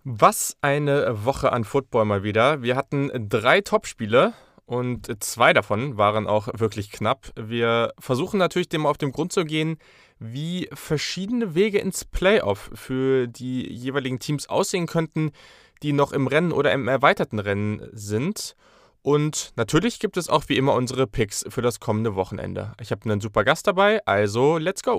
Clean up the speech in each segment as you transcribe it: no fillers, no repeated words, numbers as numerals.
Was eine Woche an Football mal wieder. Wir hatten 3 Topspiele und 2 davon waren auch wirklich knapp. Wir versuchen natürlich dem auf den Grund zu gehen, wie verschiedene Wege ins Playoff für die jeweiligen Teams aussehen könnten, die noch im Rennen oder im erweiterten Rennen sind. Und natürlich gibt es auch wie immer unsere Picks für das kommende Wochenende. Ich habe einen super Gast dabei, also let's go!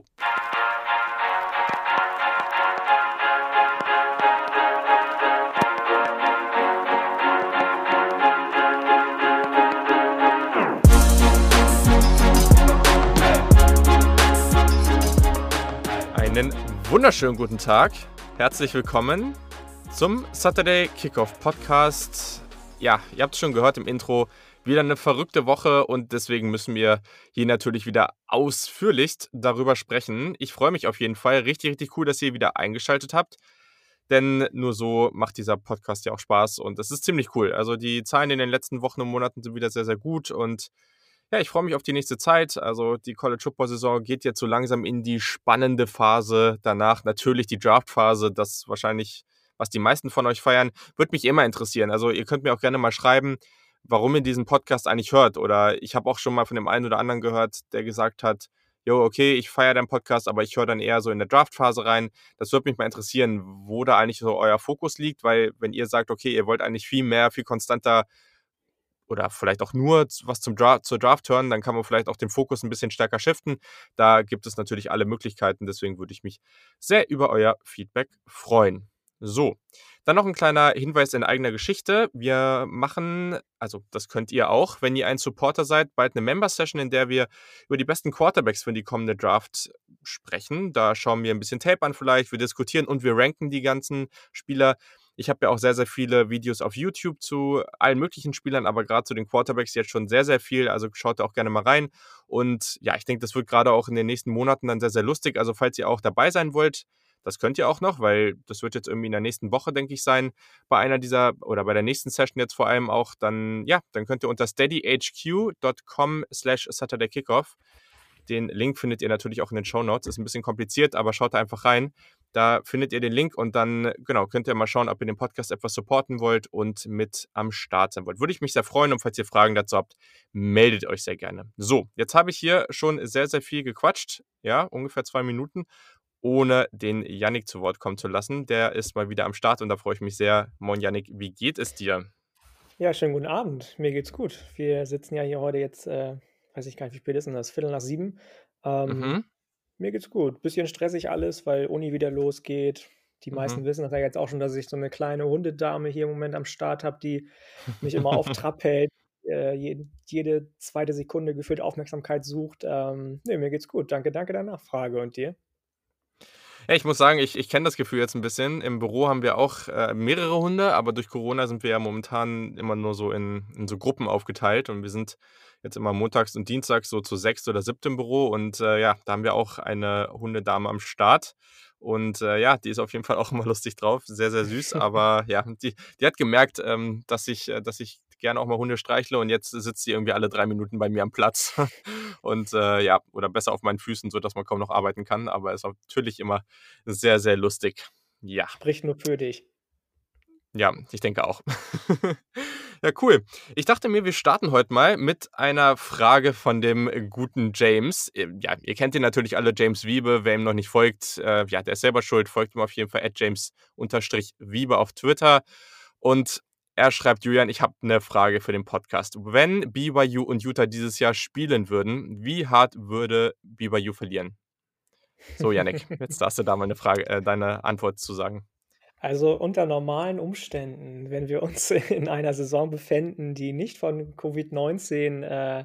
Einen wunderschönen guten Tag. Herzlich willkommen zum Saturday Kickoff Podcast. Ja, ihr habt es schon gehört im Intro. Wieder eine verrückte Woche und deswegen müssen wir hier natürlich wieder ausführlichst darüber sprechen. Ich freue mich auf jeden Fall. Richtig, richtig cool, dass ihr wieder eingeschaltet habt. Denn nur so macht dieser Podcast ja auch Spaß und es ist ziemlich cool. Also die Zahlen in den letzten Wochen und Monaten sind wieder sehr, sehr gut und ja, ich freue mich auf die nächste Zeit. Also die College-Football-Saison geht jetzt so langsam in die spannende Phase. Danach natürlich die Draft-Phase, das wahrscheinlich, was die meisten von euch feiern, wird mich immer interessieren. Also ihr könnt mir auch gerne mal schreiben, warum ihr diesen Podcast eigentlich hört. Oder ich habe auch schon mal von dem einen oder anderen gehört, der gesagt hat, jo, okay, ich feiere deinen Podcast, aber ich höre dann eher so in der Draft-Phase rein. Das würde mich mal interessieren, wo da eigentlich so euer Fokus liegt, weil wenn ihr sagt, okay, ihr wollt eigentlich viel mehr, viel konstanter oder vielleicht auch nur was zur Draft hören, dann kann man vielleicht auch den Fokus ein bisschen stärker shiften. Da gibt es natürlich alle Möglichkeiten, deswegen würde ich mich sehr über euer Feedback freuen. So, dann noch ein kleiner Hinweis in eigener Geschichte. Wir machen, also das könnt ihr auch, wenn ihr ein Supporter seid, bald eine Member-Session, in der wir über die besten Quarterbacks für die kommende Draft sprechen. Da schauen wir ein bisschen Tape an vielleicht, wir diskutieren und wir ranken die ganzen Spieler. Ich habe ja auch sehr, sehr viele Videos auf YouTube zu allen möglichen Spielern, aber gerade zu den Quarterbacks jetzt schon sehr, sehr viel. Also schaut da auch gerne mal rein. Und ja, ich denke, das wird gerade auch in den nächsten Monaten dann sehr, sehr lustig. Also falls ihr auch dabei sein wollt, das könnt ihr auch noch, weil das wird jetzt irgendwie in der nächsten Woche, denke ich, sein, bei einer dieser oder bei der nächsten Session jetzt vor allem auch, dann, ja, dann könnt ihr unter steadyhq.com/SaturdayKickoff. Den Link findet ihr natürlich auch in den Shownotes. Ist ein bisschen kompliziert, aber schaut da einfach rein. Da findet ihr den Link und dann genau könnt ihr mal schauen, ob ihr den Podcast etwas supporten wollt und mit am Start sein wollt. Würde ich mich sehr freuen und falls ihr Fragen dazu habt, meldet euch sehr gerne. So, jetzt habe ich hier schon sehr, sehr viel gequatscht. Ja, ungefähr 2 Minuten, ohne den Yannick zu Wort kommen zu lassen. Der ist mal wieder am Start und da freue ich mich sehr. Moin Yannick, wie geht es dir? Ja, schönen guten Abend. Mir geht's gut. Wir sitzen ja hier heute jetzt, weiß ich gar nicht, wie spät ist denn das? Viertel nach 7. Mhm, Mir geht's gut. Bisschen stressig alles, weil Uni wieder losgeht. Die mhm. meisten wissen das ja jetzt auch schon, dass ich so eine kleine Hundedame hier im Moment am Start habe, die mich immer auf Trab hält, jede zweite Sekunde gefühlt Aufmerksamkeit sucht. Ne, mir geht's gut. Danke der Nachfrage. Und dir? Ja, ich muss sagen, ich kenne das Gefühl jetzt ein bisschen. Im Büro haben wir auch mehrere Hunde, aber durch Corona sind wir ja momentan immer nur so in so Gruppen aufgeteilt und wir sind jetzt immer montags und dienstags so zu 6 oder 7 im Büro und ja, da haben wir auch eine Hundedame am Start. Und ja, die ist auf jeden Fall auch immer lustig drauf, sehr, sehr süß. Aber ja, die hat gemerkt, dass ich gerne auch mal Hunde streichle und jetzt sitzt sie irgendwie alle 3 Minuten bei mir am Platz. Und ja, oder besser auf meinen Füßen, sodass man kaum noch arbeiten kann. Aber ist natürlich immer sehr, sehr lustig. Ja, Spricht nur für dich. ja, ich denke auch. Ja, cool. Ich dachte mir, wir starten heute mal mit einer Frage von dem guten James. Ja, ihr kennt ihn natürlich alle, James Wiebe. Wer ihm noch nicht folgt, ja, der ist selber schuld. Folgt ihm auf jeden Fall @James_Wiebe auf Twitter. Und er schreibt, Julian, ich habe eine Frage für den Podcast. Wenn BYU und Utah dieses Jahr spielen würden, wie hart würde BYU verlieren? So, Yannick, jetzt darfst du da mal eine Frage, deine Antwort zu sagen. Also, unter normalen Umständen, wenn wir uns in einer Saison befänden, die nicht von Covid-19,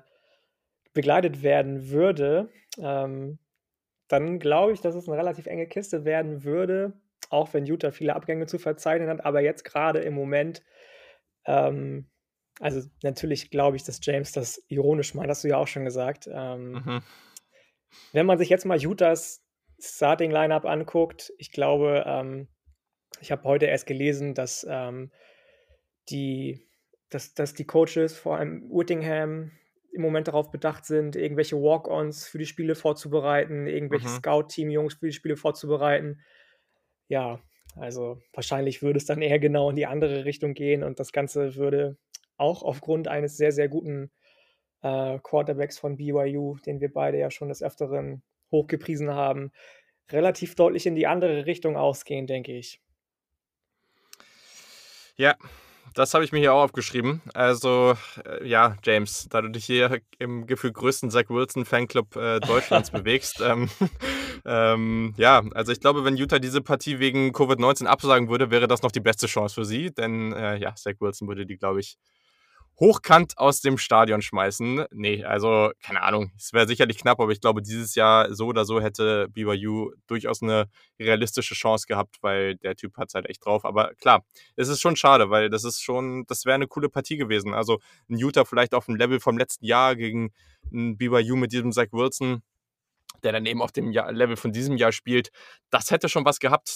begleitet werden würde, ähm, dann glaube ich, dass es 'ne relativ enge Kiste werden würde, auch wenn Utah viele Abgänge zu verzeichnen hat. Aber jetzt grade im Moment, ähm also, natürlich glaube ich, dass James das ironisch meint, hast du ja auch schon gesagt. Mhm, Wenn man sich jetzt mal Utahs Starting Lineup anguckt, ich glaube, ich habe heute erst gelesen, dass, die dass die Coaches, vor allem Whittingham, im Moment darauf bedacht sind, irgendwelche Walk-ons für die Spiele vorzubereiten, irgendwelche mhm. Scout-Team-Jungs für die Spiele vorzubereiten. Ja, Also, wahrscheinlich würde es dann eher genau in die andere Richtung gehen und das Ganze würde auch aufgrund eines sehr, sehr guten, Quarterbacks von BYU, den wir beide ja schon des Öfteren hochgepriesen haben, relativ deutlich in die andere Richtung ausgehen, denke ich. Ja, das habe ich mir hier auch aufgeschrieben. Also, ja, James, da du dich hier im gefühlt größten Zach Wilson-Fanclub Deutschlands bewegst, ja, also ich glaube, wenn Utah diese Partie wegen Covid-19 absagen würde, wäre das noch die beste Chance für sie, denn ja, Zach Wilson würde die, glaube ich, hochkant aus dem Stadion schmeißen. Nee, also keine Ahnung. Es wäre sicherlich knapp, aber ich glaube, dieses Jahr so oder so hätte BYU durchaus eine realistische Chance gehabt, weil der Typ hat es halt echt drauf. Aber klar, es ist schon schade, weil das wäre eine coole Partie gewesen. Also ein Utah vielleicht auf dem Level vom letzten Jahr gegen ein BYU mit diesem Zach Wilson, der dann eben auf dem Level von diesem Jahr spielt. Das hätte schon was gehabt.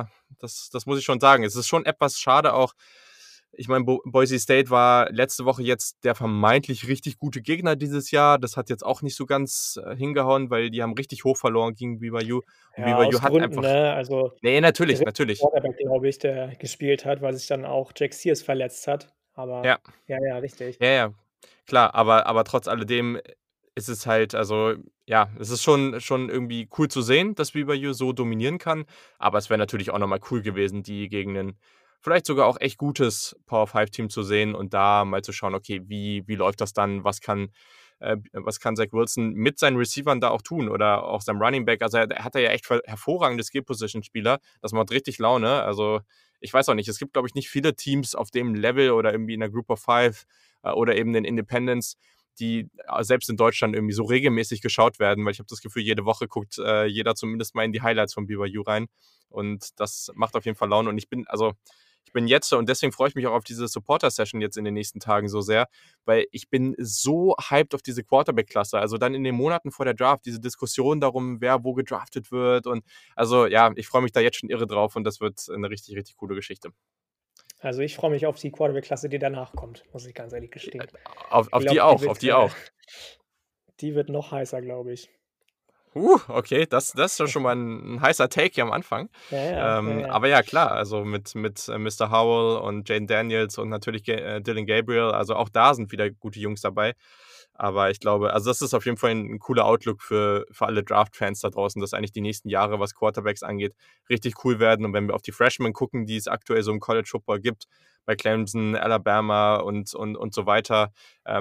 Das muss ich schon sagen. Es ist schon etwas schade auch. Ich meine, Boise State war letzte Woche jetzt der vermeintlich richtig gute Gegner dieses Jahr. Das hat jetzt auch nicht so ganz hingehauen, weil die haben richtig hoch verloren gegen BYU. Und Ja, BYU aus hat Gründen, einfach. ne? Also, Nee, natürlich, dritter natürlich. Quarterback, glaube ich, der gespielt hat, weil sich dann auch Jack Sears verletzt hat. Aber Ja, ja, ja, richtig. ja, ja. Klar, aber trotz alledem ist es halt, also ja, es ist schon irgendwie cool zu sehen, dass BYU so dominieren kann. Aber es wäre natürlich auch nochmal cool gewesen, die gegen ein vielleicht sogar auch echt gutes Power-5-Team zu sehen und da mal zu schauen, okay, wie läuft das dann? Was kann Zach Wilson mit seinen Receivern da auch tun oder auch seinem Running Back? Also er hat ja echt hervorragende Skill-Position-Spieler. Das macht richtig Laune. Also ich weiß auch nicht, es gibt, glaube ich, nicht viele Teams auf dem Level oder irgendwie in der Group of Five oder eben den Independents, die selbst in Deutschland irgendwie so regelmäßig geschaut werden, weil ich habe das Gefühl, jede Woche guckt jeder zumindest mal in die Highlights von BYU rein. Und das macht auf jeden Fall Laune. Und ich bin jetzt und deswegen freue ich mich auch auf diese Supporter-Session jetzt in den nächsten Tagen so sehr, weil ich bin so hyped auf diese Quarterback-Klasse. Also dann in den Monaten vor der Draft, diese Diskussion darum, wer wo gedraftet wird. Und also ja, ich freue mich da jetzt schon irre drauf und das wird eine richtig, richtig coole Geschichte. Also, ich freue mich auf die Quarterback-Klasse, die danach kommt, muss ich ganz ehrlich gestehen. Auf, Ich auf die glaube, die auch, auf wird die auch. die wird noch heißer, glaube ich. Okay, das ist doch schon mal ein heißer Take hier am Anfang. Ja, ja, ja, ja. Aber ja, klar, also mit Mr. Howell und Jaden Daniels und natürlich Dylan Gabriel, also auch da sind wieder gute Jungs dabei. Aber ich glaube, also das ist auf jeden Fall ein cooler Outlook für alle Draft-Fans da draußen, dass eigentlich die nächsten Jahre, was Quarterbacks angeht, richtig cool werden. Und wenn wir auf die Freshmen gucken, die es aktuell so im College Football gibt, bei Clemson, Alabama und so weiter,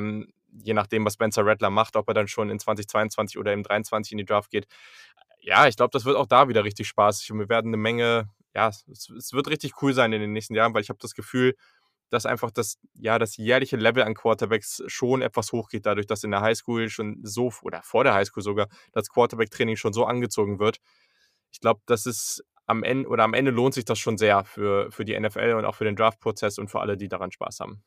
je nachdem, was Spencer Rattler macht, ob er dann schon in 2022 oder im 23 in die Draft geht. Ja, ich glaube, das wird auch da wieder richtig spaßig und wir werden eine Menge, ja, es wird richtig cool sein in den nächsten Jahren, weil ich habe das Gefühl, dass einfach das jährliche Level an Quarterbacks schon etwas hochgeht, dadurch, dass in der Highschool schon so, oder vor der Highschool sogar, das Quarterback-Training schon so angezogen wird. Ich glaube, das ist am Ende lohnt sich das schon sehr für die NFL und auch für den Draft-Prozess und für alle, die daran Spaß haben.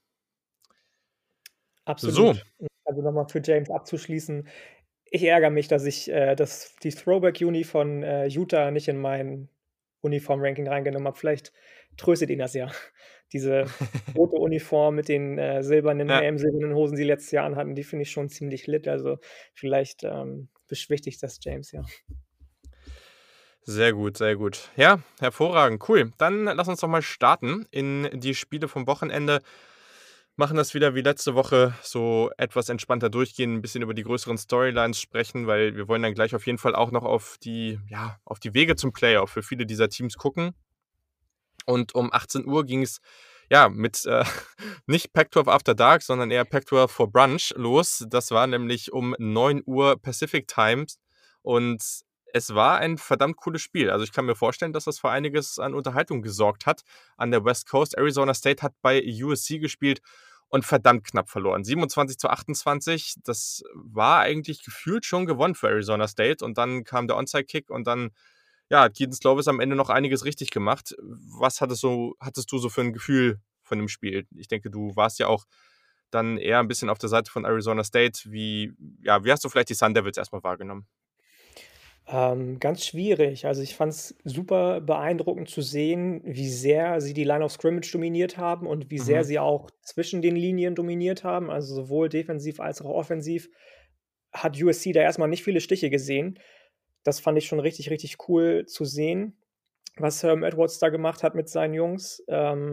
So, Absolut. Also, noch mal für James abzuschließen: Ich ärgere mich, dass ich, die Throwback-Uni von, Utah nicht in mein Uniform-Ranking reingenommen habe. Vielleicht tröstet ihn das ja. Diese rote Uniform mit den, ja. silbernen Hosen, die letztes Jahr anhatten, die finde ich schon ziemlich lit. Also, vielleicht, beschwichtigt das James, ja. Sehr gut, sehr gut. Ja, hervorragend, cool. Dann lass uns doch mal starten in die Spiele vom Wochenende. Machen das wieder wie letzte Woche so etwas entspannter durchgehen, ein bisschen über die größeren Storylines sprechen, weil wir wollen dann gleich auf jeden Fall auch noch auf die Wege zum Playoff für viele dieser Teams gucken. Und um 18 Uhr ging es ja mit nicht Pac-12 After Dark, sondern eher Pac-12 for Brunch los. Das war nämlich um 9 Uhr Pacific Times und es war ein verdammt cooles Spiel. Also ich kann mir vorstellen, dass das für einiges an Unterhaltung gesorgt hat. An der West Coast, Arizona State hat bei USC gespielt und verdammt knapp verloren. 27-28, das war eigentlich gefühlt schon gewonnen für Arizona State. Und dann kam der Onside-Kick und dann hat Keaton Slovis am Ende noch einiges richtig gemacht. Was hattest du so für ein Gefühl von dem Spiel? Ich denke, du warst ja auch dann eher ein bisschen auf der Seite von Arizona State. Wie hast du vielleicht die Sun Devils erstmal wahrgenommen? Ganz schwierig. Also, ich fand es super beeindruckend zu sehen, wie sehr sie die Line of Scrimmage dominiert haben und wie sehr Mhm. sie auch zwischen den Linien dominiert haben. Also, sowohl defensiv als auch offensiv hat USC da erst mal nicht viele Stiche gesehen. Das fand ich schon richtig, richtig cool zu sehen. was Herm Edwards da gemacht hat mit seinen Jungs.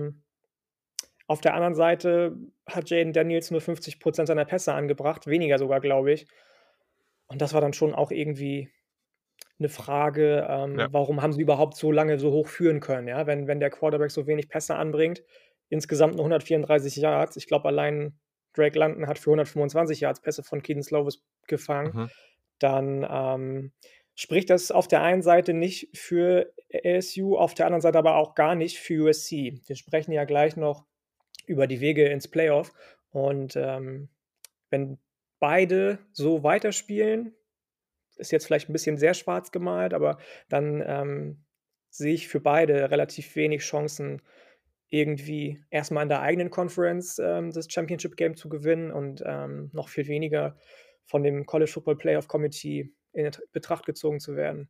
Auf der anderen Seite hat Jayden Daniels nur 50% seiner Pässe angebracht, weniger sogar, glaube ich. Und das war dann schon auch irgendwie 'ne Frage, Ja. warum haben sie überhaupt so lange so hoch führen können, ja? Wenn der Quarterback so wenig Pässe anbringt, insgesamt nur 134 Yards. Ich glaube, allein Drake London hat für 125 Yards Pässe von Kedon Slovis gefangen. Mhm. Dann, spricht das auf der einen Seite nicht für ASU, auf der anderen Seite aber auch gar nicht für USC. Wir sprechen ja gleich noch über die Wege ins Playoff und, wenn beide so weiterspielen, ist jetzt vielleicht 'n bisschen sehr schwarz gemalt, aber dann, sehe ich für beide relativ wenig Chancen, irgendwie erst mal in der eigenen Conference, das Championship Game zu gewinnen und, noch viel weniger von dem College Football Playoff Committee in Betracht gezogen zu werden.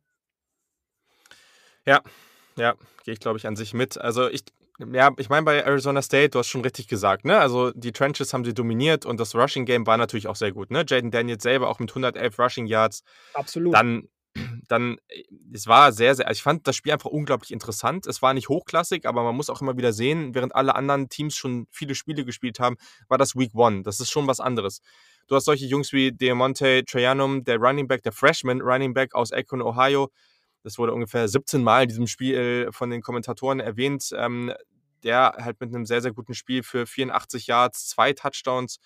Ja, ja, gehe ich, glaube ich, an sich mit. Also ich meine, bei Arizona State, du hast schon richtig gesagt, ne? Also die Trenches haben sie dominiert und das Rushing Game war natürlich auch sehr gut, ne? Jayden Daniels selber auch mit 111 Rushing Yards. Absolut. Dann, es war sehr, sehr, also ich fand das Spiel einfach unglaublich interessant. Es war nicht hochklassig, aber man muss auch immer wieder sehen, während alle anderen Teams schon viele Spiele gespielt haben, war das Week One. Das ist schon was anderes. Du hast solche Jungs wie Diamante Trayanum, der Running Back, der Freshman Running Back aus Akron, Ohio. Das wurde ungefähr 17 Mal in diesem Spiel von den Kommentatoren erwähnt. Der halt mit einem sehr, sehr guten Spiel für 84 Yards, 2 Touchdowns.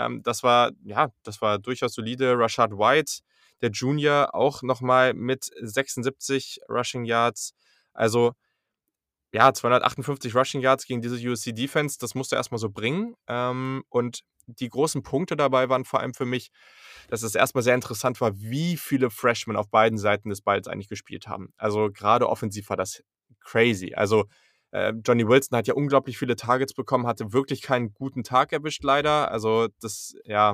Das war durchaus solide. Rashad White, der Junior, auch nochmal mit 76 Rushing Yards. Also ja, 258 Rushing Yards gegen diese USC-Defense, das musst du erstmal so bringen. Und die großen Punkte dabei waren vor allem für mich, dass es erstmal sehr interessant war, wie viele Freshmen auf beiden Seiten des Balls eigentlich gespielt haben. Also gerade offensiv war das crazy. Also Johnny Wilson hat ja unglaublich viele Targets bekommen, hatte wirklich keinen guten Tag erwischt, leider. Also das ja,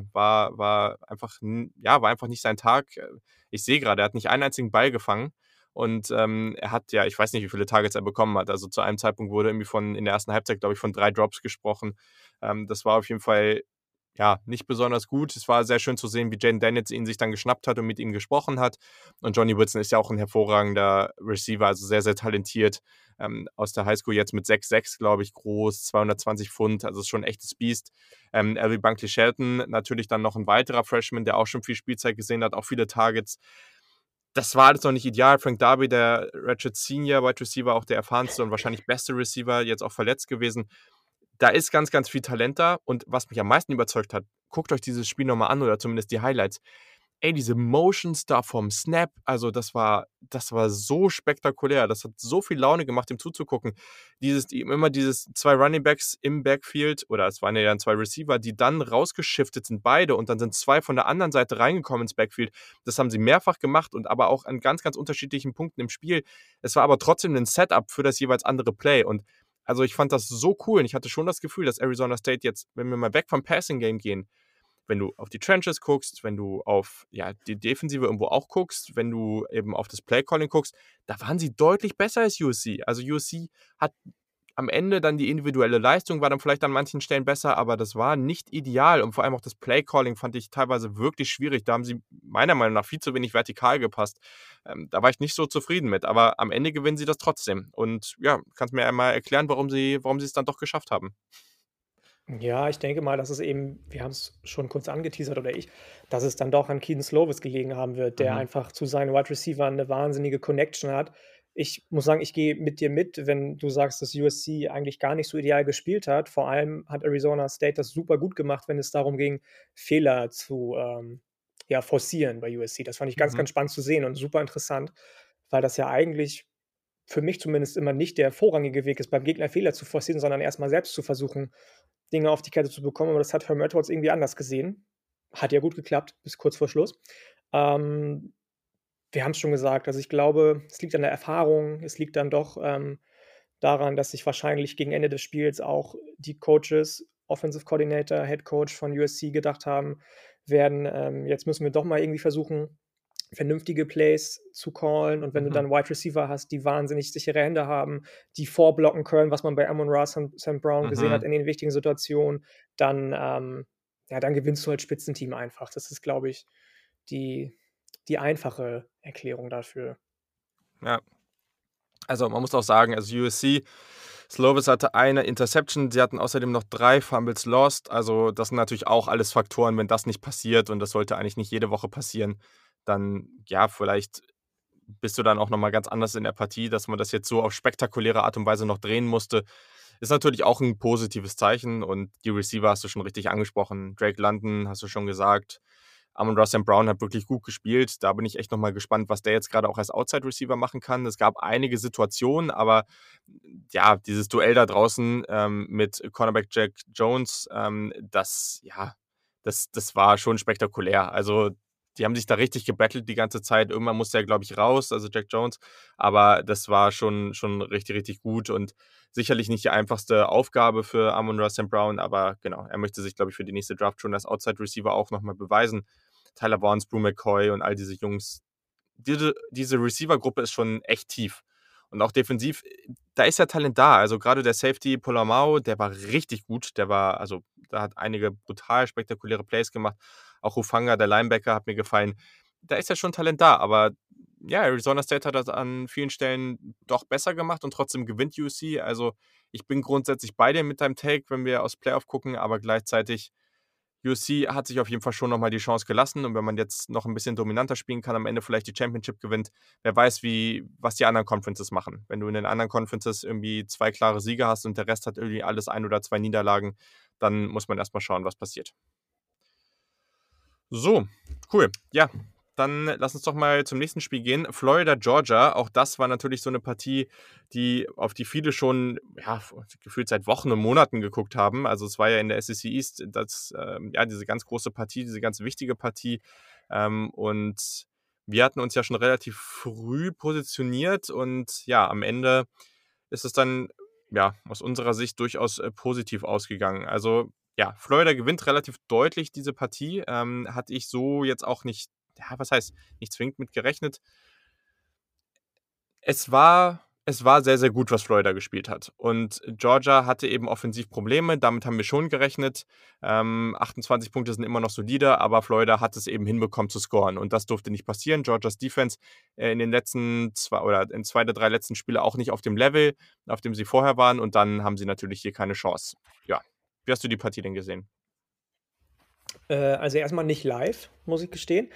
war einfach nicht sein Tag. Ich sehe gerade, er hat nicht einen einzigen Ball gefangen. Und er hat ja, ich weiß nicht, wie viele Targets er bekommen hat. Also zu einem Zeitpunkt wurde irgendwie in der ersten Halbzeit, glaube ich, von 3 Drops gesprochen. Das war auf jeden Fall ja, nicht besonders gut. Es war sehr schön zu sehen, wie Jayden Daniels ihn sich dann geschnappt hat und mit ihm gesprochen hat. Und Johnny Wilson ist ja auch ein hervorragender Receiver, also sehr, sehr talentiert. Aus der Highschool jetzt mit 6'6", glaube ich, groß, 220 Pfund, also ist schon ein echtes Biest. Elvie Bunkley Shelton, natürlich dann noch ein weiterer Freshman, der auch schon viel Spielzeit gesehen hat, auch viele Targets. Das war alles noch nicht ideal. Frank Darby, der Ratchet Senior Wide Receiver, auch der erfahrenste und wahrscheinlich beste Receiver, jetzt auch verletzt gewesen. Da ist ganz, ganz viel Talent da. Und was mich am meisten überzeugt hat, guckt euch dieses Spiel nochmal an oder zumindest die Highlights. Ey, diese Motions da vom Snap, also das war so spektakulär. Das hat so viel Laune gemacht, ihm zuzugucken. Immer dieses 2 Runningbacks im Backfield, oder es waren ja dann 2 Receiver, die dann rausgeschiftet sind, beide, und dann sind 2 von der anderen Seite reingekommen ins Backfield. Das haben sie mehrfach gemacht und aber auch an ganz, ganz unterschiedlichen Punkten im Spiel. Es war aber trotzdem ein Setup für das jeweils andere Play. Und also ich fand das so cool und ich hatte schon das Gefühl, dass Arizona State jetzt, wenn wir mal weg vom Passing Game gehen, wenn du auf die Trenches guckst, wenn du auf die Defensive irgendwo auch guckst, wenn du eben auf das Play-Calling guckst, da waren sie deutlich besser als USC. Also USC hat am Ende dann die individuelle Leistung, war dann vielleicht an manchen Stellen besser, aber das war nicht ideal. Und vor allem auch das Play-Calling fand ich teilweise wirklich schwierig. Da haben sie meiner Meinung nach viel zu wenig vertikal gepasst. Da war ich nicht so zufrieden mit. Aber am Ende gewinnen sie das trotzdem. Und ja, kannst mir einmal erklären, warum sie es dann doch geschafft haben. Ja, ich denke mal, dass es eben wir haben es schon kurz angeteasert oder ich, dass es dann doch an Kedon Slovis gelegen haben wird, der Mhm. einfach zu seinen Wide Receivern 'ne wahnsinnige Connection hat. Ich muss sagen, ich gehe mit dir mit, wenn du sagst, dass USC eigentlich gar nicht so ideal gespielt hat. Vor allem hat Arizona State das super gut gemacht, wenn es darum ging, Fehler zu, ja, forcieren bei USC. Das fand ich ganz, Mhm. ganz spannend zu sehen und super interessant, weil das ja eigentlich für mich zumindest immer nicht der vorrangige Weg ist, beim Gegner Fehler zu forcieren, sondern erst mal selbst zu versuchen, Dinge auf die Kette zu bekommen, aber das hat Herm Edwards irgendwie anders gesehen. Hat ja gut geklappt bis kurz vor Schluss. Ähm, wir haben's schon gesagt, also, ich glaube, es liegt an der Erfahrung, es liegt dann doch, daran, dass sich wahrscheinlich gegen Ende des Spiels auch die Coaches, Offensive Coordinator, Head Coach von USC gedacht haben werden, „Jetzt müssen wir doch mal irgendwie versuchen, vernünftige Plays zu callen.“ Und wenn du Mhm. dann Wide Receiver hast, die wahnsinnig sichere Hände haben, die vorblocken können, was man bei Amon-Ra St. Brown gesehen hat Mhm. in den wichtigen Situationen, dann, ja, dann gewinnst du als Spitzenteam einfach. Das ist, glaube ich, die einfache Erklärung dafür. Ja. Also, man muss auch sagen, also USC, Slovis hatte eine Interception, sie hatten außerdem noch 3 Fumbles lost. Also, das sind natürlich auch alles Faktoren, wenn das nicht passiert und das sollte eigentlich nicht jede Woche passieren, dann, ja, vielleicht bist du dann auch noch mal ganz anders in der Partie, dass man das jetzt so auf spektakuläre Art und Weise noch drehen musste. Ist natürlich auch ein positives Zeichen und die Receiver hast du schon richtig angesprochen. Drake London hast du schon gesagt. Amon-Ra St. Brown hat wirklich gut gespielt. Da bin ich echt noch mal gespannt, was der jetzt gerade auch als Outside-Receiver machen kann. Es gab einige Situationen, aber ja, dieses Duell da draußen, mit Cornerback Jack Jones, das war schon spektakulär. Also, die haben sich da richtig gebettelt die ganze Zeit. Irgendwann musste er, glaube ich, raus, also Jack Jones, aber das war schon richtig, richtig gut und sicherlich nicht die einfachste Aufgabe für Amon-Ra St. Brown, aber genau, er möchte sich, glaube ich, für die nächste Draft schon als Outside-Receiver auch noch mal beweisen. Tyler Vaughns, Brew McCoy und all diese Jungs, diese Receiver-Gruppe ist schon echt tief. Und auch defensiv, da ist ja Talent da. Also gerade der Safety Polamalu, der war richtig gut. Also da hat einige brutal spektakuläre Plays gemacht. Auch Hufanga, der Linebacker, hat mir gefallen. Da ist ja schon Talent da, aber ja, Arizona State hat das an vielen Stellen doch besser gemacht und trotzdem gewinnt UC. Also ich bin grundsätzlich bei dir mit deinem Take, wenn wir aus Playoff gucken, aber gleichzeitig USC hat sich auf jeden Fall schon nochmal die Chance gelassen und wenn man jetzt noch ein bisschen dominanter spielen kann, am Ende vielleicht die Championship gewinnt, wer weiß, was die anderen Conferences machen. Wenn du in den anderen Conferences irgendwie 2 klare Siege hast und der Rest hat irgendwie alles 1 oder 2 Niederlagen, dann muss man erst mal schauen, was passiert. So, cool. Ja, dann lass uns doch mal zum nächsten Spiel gehen. Florida, Georgia. Auch das war natürlich so eine Partie, auf die viele schon, ja, gefühlt seit Wochen und Monaten geguckt haben. Also es war ja in der SEC East diese ganz große Partie, diese ganz wichtige Partie. Und wir hatten uns ja schon relativ früh positioniert und ja, am Ende ist es dann, ja, aus unserer Sicht durchaus positiv ausgegangen. Also ja, Florida gewinnt relativ deutlich diese Partie. Hatte ich so jetzt auch nicht, ja, was heißt, nicht zwingend mit gerechnet. Es war sehr, sehr gut, was Florida gespielt hat. Und Georgia hatte eben offensiv Probleme, damit haben wir schon gerechnet. 28 Punkte sind immer noch solide, aber Florida hat es eben hinbekommen zu scoren. Und das durfte nicht passieren. Georgias Defense in den letzten in 2 der 3 letzten Spiele auch nicht auf dem Level, auf dem sie vorher waren. Und dann haben sie natürlich hier keine Chance. Ja. Wie hast du die Partie denn gesehen? Also erstmal nicht live, muss ich gestehen.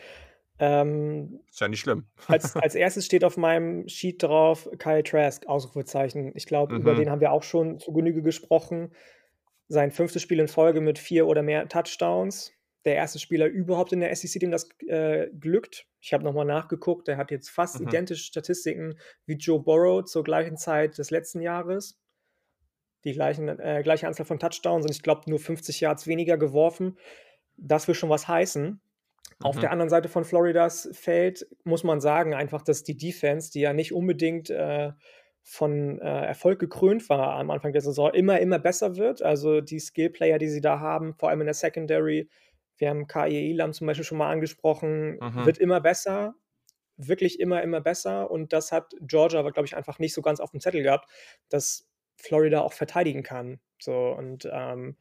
Ist ja nicht schlimm. Als 1. steht auf meinem Sheet drauf Kyle Trask, Ausrufezeichen. Ich glaube, über Mhm, den haben wir auch schon zu Genüge gesprochen. Sein 5. Spiel in Folge mit 4 oder mehr Touchdowns. Der erste Spieler überhaupt in der SEC, dem das, glückt. Ich habe noch mal nachgeguckt, der hat jetzt fast mhm, identische Statistiken wie Joe Burrow zur gleichen Zeit des letzten Jahres. Die gleiche Anzahl von Touchdowns und ich glaube nur 50 Yards weniger geworfen. Das will schon was heißen. Auf mhm, der anderen Seite von Floridas Feld muss man sagen einfach, dass die Defense, die ja nicht unbedingt, von, Erfolg gekrönt war am Anfang der Saison, immer besser wird. Also, die Skill-Player, die sie da haben, vor allem in der Secondary, wir haben K.I. Elam zum Beispiel schon mal angesprochen, mhm. wird immer besser, wirklich immer besser und das hat Georgia aber, glaube ich, einfach nicht so ganz auf dem Zettel gehabt, dass Florida auch verteidigen kann. So und,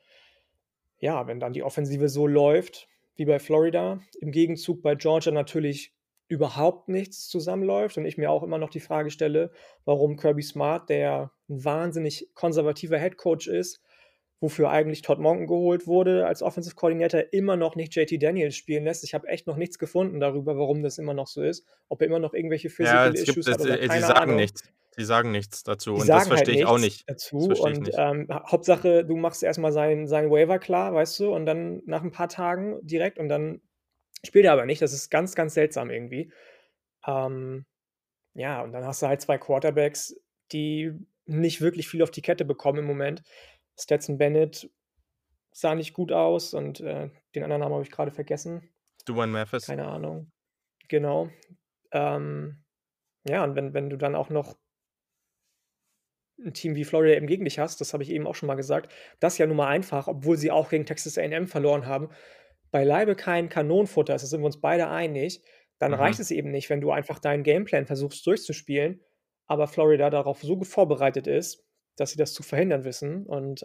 ja, wenn dann die Offensive so läuft wie bei Florida, im Gegenzug bei Georgia natürlich überhaupt nichts zusammenläuft und ich mir auch immer noch die Frage stelle, warum Kirby Smart, der 'n wahnsinnig konservativer Headcoach ist, wofür eigentlich Todd Monken geholt wurde als Offensive Coordinator, immer noch nicht JT Daniels spielen lässt. Ich habe echt noch nichts gefunden darüber, warum das immer noch so ist, ob er immer noch irgendwelche Ja, Physical Issues hat oder sie keine sagen Ahnung. nichts. Sie sagen nichts dazu Die und das sagen halt verstehe ich auch nichts nicht. Das dazu verstehe ich und, nicht. Hauptsache, du machst erst mal seinen Waiver klar, weißt du, und dann nach 'n paar Tagen direkt und dann spielt er aber nicht. Das ist ganz seltsam irgendwie. Ähm, ja, und dann hast du halt 2 Quarterbacks, die nicht wirklich viel auf die Kette bekommen im Moment. Stetson Bennett sah nicht gut aus und, den anderen Namen habe ich grade vergessen. Duane Mathis. Keine Ahnung. Genau. Ähm, ja, und wenn du dann auch noch 'n Team wie Florida eben gegen dich hast, das habe ich eben auch schon mal gesagt, das ist ja nun mal einfach, obwohl sie auch gegen Texas A&M verloren haben, beileibe kein Kanonenfutter ist, da sind wir uns beide einig, dann reicht Mhm. es eben nicht, wenn du einfach deinen Gameplan versuchst durchzuspielen, aber Florida darauf so vorbereitet ist, dass sie das zu verhindern wissen und,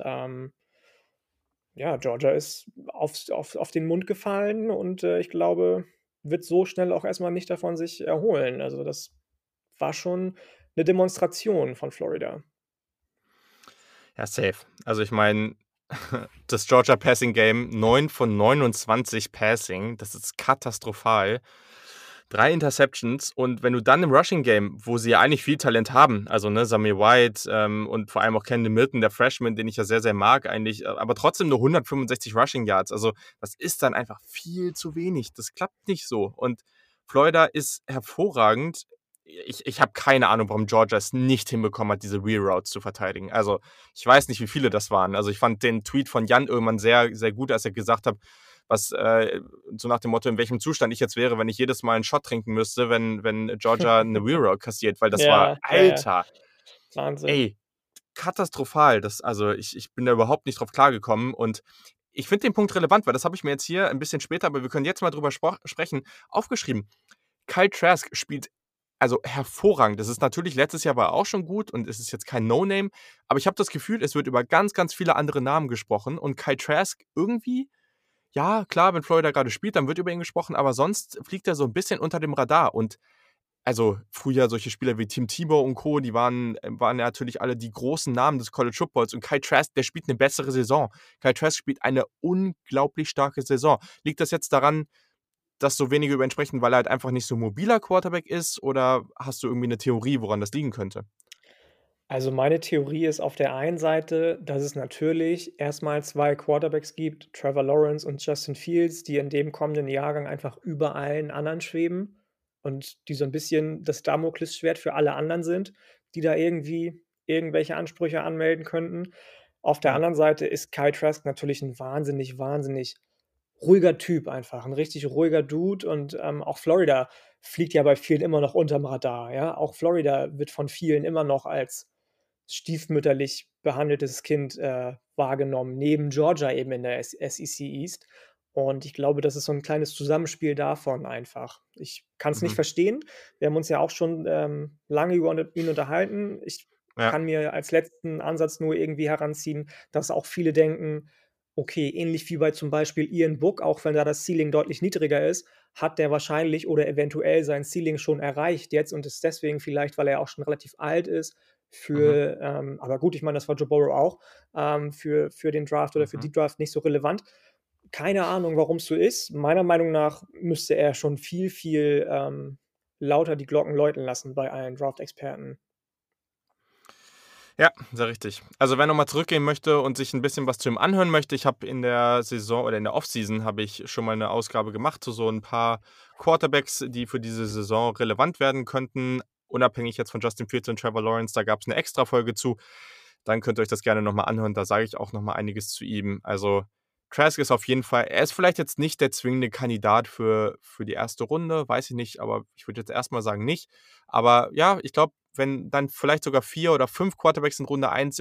ja, Georgia ist auf den Mund gefallen und, ich glaube, wird so schnell auch erst mal nicht davon sich erholen. Also, das war schon 'ne Demonstration von Florida. Ja, safe. Also ich meine, das Georgia Passing Game, 9 von 29 Passing, das ist katastrophal. 3 Interceptions und wenn du dann im Rushing Game, wo sie ja eigentlich viel Talent haben, also ne, Samir White und vor allem auch Kendall Milton, der Freshman, den ich ja sehr, sehr mag eigentlich, aber trotzdem nur 165 Rushing Yards. Also das ist dann einfach viel zu wenig. Das klappt nicht so. Und Florida ist hervorragend. Ich habe keine Ahnung, warum Georgia es nicht hinbekommen hat, diese Wheel Routes zu verteidigen. Also ich weiß nicht, wie viele das waren. Also ich fand den Tweet von Jan irgendwann sehr, sehr gut, als er gesagt hat, was so nach dem Motto, in welchem Zustand ich jetzt wäre, wenn ich jedes Mal einen Shot trinken müsste, wenn Georgia eine Wheel Route kassiert, weil das war, Ja, ja, ja. Alter, Wahnsinn. ey, katastrophal. Also ich bin da überhaupt nicht drauf klargekommen und ich finde den Punkt relevant, weil das habe ich mir jetzt hier ein bisschen später, aber wir können jetzt mal drüber sprechen, aufgeschrieben. Kyle Trask spielt also hervorragend. Das ist natürlich letztes Jahr war er auch schon gut und es ist jetzt kein No-Name, aber ich habe das Gefühl, es wird über ganz, ganz viele andere Namen gesprochen und Kyle Trask irgendwie, ja, klar, wenn Florida gerade spielt, dann wird über ihn gesprochen, aber sonst fliegt er so ein bisschen unter dem Radar und also früher solche Spieler wie Tim Tebow und Co., die waren ja natürlich alle die großen Namen des College Footballs und Kyle Trask, der spielt eine bessere Saison. Kyle Trask spielt eine unglaublich starke Saison. Liegt das jetzt daran, dass so wenige über ihn sprechen, weil er halt einfach nicht so 'n mobiler Quarterback ist oder hast du irgendwie 'ne Theorie, woran das liegen könnte? Also, meine Theorie ist auf der einen Seite, dass es natürlich erstmal 2 Quarterbacks gibt, Trevor Lawrence und Justin Fields, die in dem kommenden Jahrgang einfach über allen anderen schweben und die so 'n bisschen das Damoklesschwert für alle anderen sind, die da irgendwie irgendwelche Ansprüche anmelden könnten. Auf der Ja. anderen Seite ist Kyle Trask natürlich 'n wahnsinnig, wahnsinnig ruhiger Typ einfach, 'n richtig ruhiger Dude und, auch Florida fliegt ja bei vielen immer noch unterm Radar, ja? Auch Florida wird von vielen immer noch als stiefmütterlich behandeltes Kind, wahrgenommen, neben Georgia eben in der SEC East. Und ich glaube, das ist so 'n kleines Zusammenspiel davon einfach. Ich kann's nicht Mhm. verstehen. Wir haben uns ja auch schon, lange über ihn unterhalten. Ich Ja. kann mir als letzten Ansatz nur irgendwie heranziehen, dass auch viele denken: „Okay, ähnlich wie bei zum Beispiel Ian Book, auch wenn da das Ceiling deutlich niedriger ist, hat der wahrscheinlich oder eventuell sein Ceiling schon erreicht jetzt und ist deswegen vielleicht, weil er auch schon relativ alt ist, Mhm. für aber gut, ich meine, das war Joe Burrow auch, für den Draft oder für Mhm. die Draft nicht so relevant. Keine Ahnung, warum's so ist. Meiner Meinung nach müsste er schon viel, viel, lauter die Glocken läuten lassen bei allen Draft-Experten. Ja, sehr richtig. Also, wer noch mal zurückgehen möchte und sich 'n bisschen was zu ihm anhören möchte, ich habe in der Saison oder in der Offseason habe ich schon mal 'ne Ausgabe gemacht zu so 'n paar Quarterbacks, die für diese Saison relevant werden könnten, unabhängig jetzt von Justin Fields und Trevor Lawrence. Da gab's 'ne Extrafolge zu. Dann könnt ihr euch das gerne noch mal anhören. Da sage ich auch noch mal einiges zu ihm. Also, Trask ist auf jeden Fall er ist vielleicht jetzt nicht der zwingende Kandidat für die erste Runde, weiß ich nicht, aber ich würde jetzt erst mal sagen nicht. Aber ja, ich glaube, wenn dann vielleicht sogar 4 oder 5 Quarterbacks in Runde 1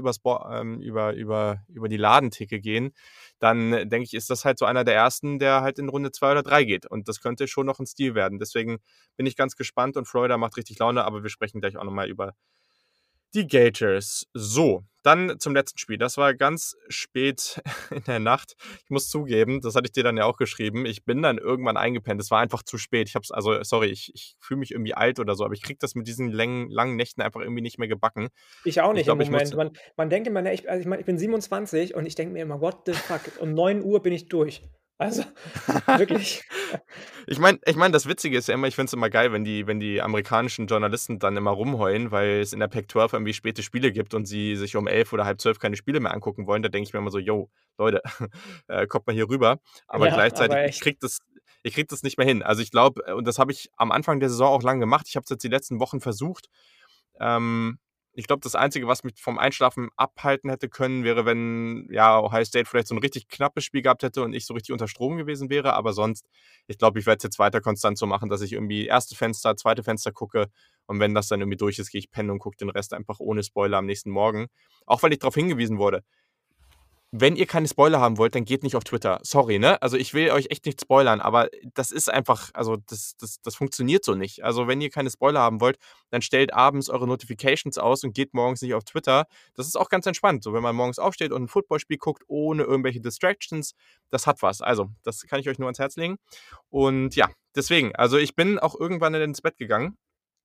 über die Ladentheke gehen, dann denke ich, ist das halt so einer der ersten, der halt in Runde 2 oder 3 geht. Und das könnte schon noch 'n Stil werden. Deswegen bin ich ganz gespannt und Florida macht richtig Laune, aber wir sprechen gleich auch noch mal über die Gators. So, dann zum letzten Spiel. Das war ganz spät in der Nacht. Ich muss zugeben, das hatte ich dir dann ja auch geschrieben. Ich bin dann irgendwann eingepennt. Es war einfach zu spät. Ich habe es also sorry, ich fühle mich irgendwie alt oder so, aber ich kriege das mit diesen langen Nächten einfach irgendwie nicht mehr gebacken. Ich auch Ich nicht im glaube, ich muss Moment. Man denkt immer, ne, ich meine, ich bin 27 und ich denke mir immer: „What the fuck?“ Um 9 Uhr bin ich durch. Also, wirklich. Ich meine, das Witzige ist ja immer, ich finde es immer geil, wenn die amerikanischen Journalisten dann immer rumheulen, weil es in der Pac-12 irgendwie späte Spiele gibt und sie sich um 11 oder halb 12 keine Spiele mehr angucken wollen. Da denke ich mir immer so: „Jo, Leute, kommt mal hier rüber.“ Aber Ja, gleichzeitig, aber ich echt. kriege das ich kriege das nicht mehr hin. Also, ich glaube und das habe ich am Anfang der Saison auch lang gemacht. Ich habe es jetzt die letzten Wochen versucht. Ähm, Ich glaube, das Einzige, was mich vom Einschlafen abhalten hätte können, wäre, wenn, ja, Ohio State vielleicht so 'n richtig knappes Spiel gehabt hätte und ich so richtig unter Strom gewesen wäre. Aber sonst, ich glaube, ich werde es jetzt weiter konstant so machen, dass ich irgendwie erste Fenster, zweite Fenster gucke und wenn das dann irgendwie durch ist, gehe ich pennen und gucke den Rest einfach ohne Spoiler am nächsten Morgen. Auch weil ich drauf hingewiesen wurde. Wenn ihr keine Spoiler haben wollt, dann geht nicht auf Twitter. Sorry, ne? Also, ich will euch echt nicht spoilern, aber das ist einfach also, das funktioniert so nicht. Also, wenn ihr keine Spoiler haben wollt, dann stellt abends eure Notifications aus und geht morgens nicht auf Twitter. Das ist auch ganz entspannt. So, wenn man morgens aufsteht und 'n Footballspiel guckt, ohne irgendwelche Distractions, das hat was. Also, das kann ich euch nur ans Herz legen. Und ja, deswegen, also, ich bin auch irgendwann ins Bett gegangen,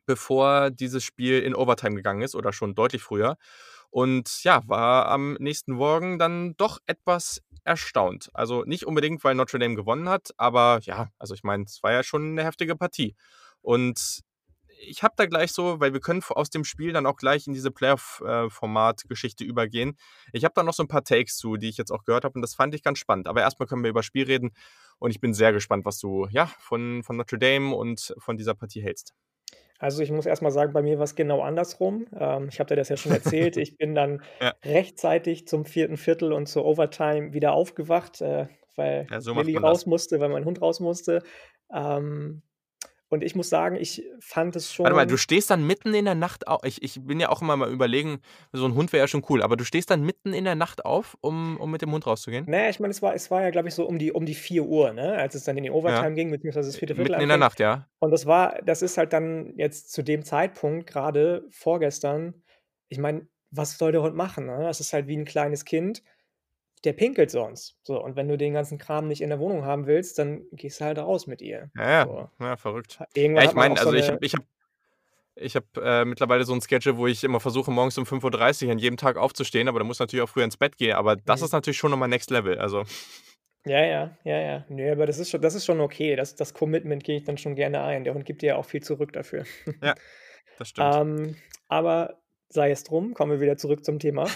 bevor dieses Spiel in Overtime gegangen ist oder schon deutlich früher. Und ja, war am nächsten Morgen dann doch etwas erstaunt. Also nicht unbedingt, weil Notre Dame gewonnen hat, aber ja, also ich meine, es war ja schon eine heftige Partie. Und ich habe da gleich so, weil wir können aus dem Spiel dann auch gleich in diese Playoff-Format-Geschichte übergehen. Ich habe da noch so ein paar Takes zu, die ich jetzt auch gehört habe und das fand ich ganz spannend. Aber erstmal können wir über das Spiel reden und ich bin sehr gespannt, was du ja von Notre Dame und von dieser Partie hältst. Also, ich muss erst mal sagen, bei mir war's genau andersrum. Ich habe dir das ja schon erzählt. Ich bin dann Ja, rechtzeitig zum 4. Viertel und zur Overtime wieder aufgewacht, weil ja, so macht Lilly man das. raus musste, weil mein Hund raus musste. Ähm, und ich muss sagen, ich fand es Warte mal, du schon. stehst dann mitten in der Nacht auf. Ich bin ja auch immer mal überlegen, so ein Hund wäre ja schon cool, aber du stehst dann mitten in der Nacht auf, um mit dem Hund rauszugehen? Na ja, ich meine, es war ja, glaube ich, so um die 4 Uhr, ne, als es dann in die Ja, Overtime ging, beziehungsweise das 4. Viertel mitten in der anfing. Nacht, ja? Und das ist halt dann jetzt zu dem Zeitpunkt, grade vorgestern, ich meine, was soll der Hund machen, ne? Das ist halt wie 'n kleines Kind, der pinkelt sonst. So, und wenn du den ganzen Kram nicht in der Wohnung haben willst, dann gehst du halt raus mit ihr. Ja, ja, So. ja, verrückt. Ja, Irgendwann ich hat man meine, auch so also 'ne. ich habe mittlerweile so ein Schedule, wo ich immer versuche, morgens um 5:30 Uhr an jedem Tag aufzustehen, aber da muss natürlich auch früher ins Bett gehen, aber das Mhm. ist natürlich schon noch mal Next Level, also Ja, ja, ja, ja. Ne, aber das ist schon okay. Das Commitment gehe ich dann schon gerne ein. Der Hund gibt dir ja auch viel zurück dafür. ja, das stimmt. Aber sei es drum, kommen wir wieder zurück zum Thema.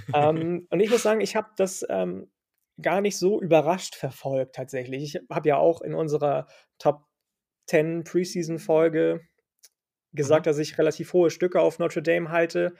Und ich muss sagen, ich habe das, gar nicht so überrascht verfolgt tatsächlich. Ich habe ja auch in unserer Top 10 Preseason-Folge Mhm. gesagt, dass ich relativ hohe Stücke auf Notre Dame halte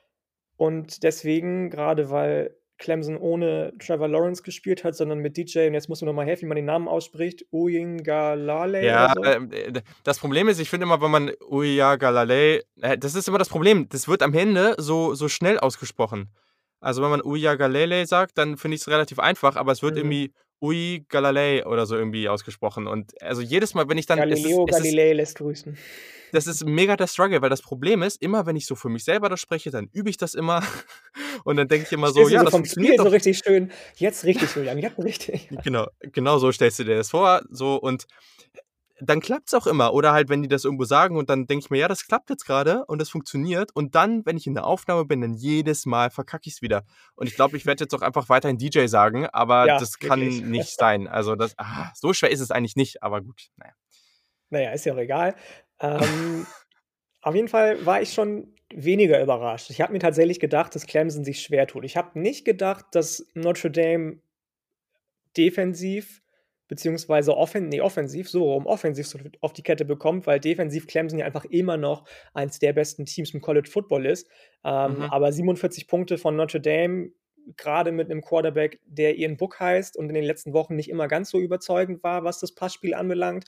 und deswegen, grade weil Clemson ohne Trevor Lawrence gespielt hat, sondern mit DJ, und jetzt musst du mir noch mal helfen, wie man den Namen ausspricht, Uiagalelei oder Ja, so? das Problem ist, ich finde immer, wenn man Uiagalelei das ist immer das Problem, das wird am Ende so schnell ausgesprochen. Also, wenn man Uiagalelei sagt, dann finde ich's relativ einfach, aber es wird Mhm. irgendwie Ui-Galalei oder so irgendwie ausgesprochen und also jedes Mal, wenn ich dann Galileo es ist Galilei lässt grüßen. das ist mega der Struggle, weil das Problem ist, immer wenn ich so für mich selber das spreche, dann übe ich das immer und dann denke ich immer so: Stehst du „Ja, so das vom funktioniert Spiel so doch.“ richtig schön: „Jetzt richtig, Julian, jetzt richtig.“ Genau so stellst du dir das vor, so und dann klappt's auch immer. Oder halt, wenn die das irgendwo sagen und dann denke ich mir: „Ja, das klappt jetzt grade und das funktioniert.“ Und dann, wenn ich in der Aufnahme bin, dann jedes Mal verkacke ich's wieder. Und ich glaube, ich werde jetzt auch einfach weiterhin DJ sagen, aber Ja, das wirklich. kann nicht sein. Also, so schwer ist es eigentlich nicht, aber gut, na ja. Na ja, ist ja auch egal. Ähm, auf jeden Fall war ich schon weniger überrascht. Ich habe mir tatsächlich gedacht, dass Clemson sich schwer tut. Ich habe nicht gedacht, dass Notre Dame defensiv beziehungsweise offensiv, so rum, offensiv so auf die Kette bekommt, weil defensiv Clemson ja einfach immer noch eins der besten Teams im College Football ist. Mhm, Aber 47 Punkte von Notre Dame, grade mit 'nem Quarterback, der Ian Book heißt und in den letzten Wochen nicht immer ganz so überzeugend war, was das Passspiel anbelangt.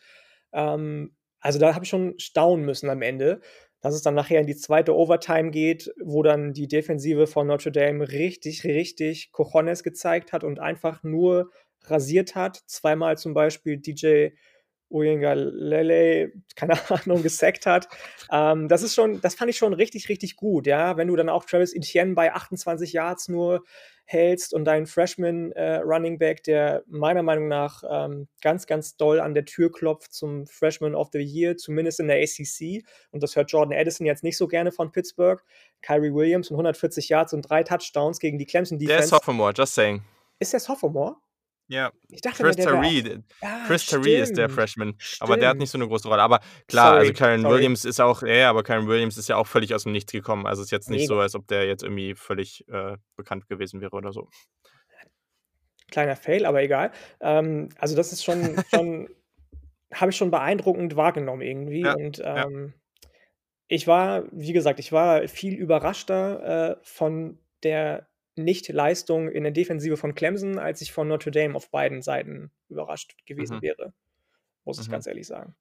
Also, da habe ich schon staunen müssen am Ende, dass es dann nachher in die zweite Overtime geht, wo dann die Defensive von Notre Dame richtig, richtig Cojones gezeigt hat und einfach nur rasiert hat. Zweimal zum Beispiel DJ Uiagalelei, keine Ahnung, gesackt hat. Das fand ich schon richtig, richtig gut, ja. Wenn du dann auch Travis Etienne bei 28 Yards nur hältst und deinen Freshman, Running Back, der meiner Meinung nach, ganz, ganz doll an der Tür klopft zum Freshman of the Year, zumindest in der ACC. Und das hört Jordan Addison jetzt nicht so gerne von Pittsburgh. Kyrie Williams und 140 Yards und 3 Touchdowns gegen die Clemson der ist Defense. Sophomore, just saying. Ist der Sophomore? Ja, Ich dachte immer, der wäre auch. Ja, Chris Tyree ist der stimmt. Freshman, aber der hat nicht Stimmt. so 'ne große Rolle. Aber klar, also Sorry, Kyren sorry. Williams ist auch ja, aber Kyren Williams ist ja auch völlig aus'm Nichts gekommen. Also, ist jetzt nicht so, Mega. als ob der jetzt irgendwie völlig, bekannt gewesen wäre oder so. Kleiner Fail, aber egal. Also, das ist schon habe ich schon beeindruckend wahrgenommen irgendwie Ja, und, ja, ich war wie gesagt, ich war viel überraschter, von der Nichtleistung in der Defensive von Clemson, als ich von Notre Dame auf beiden Seiten überrascht gewesen mhm, wäre, muss ich mhm. ganz ehrlich sagen.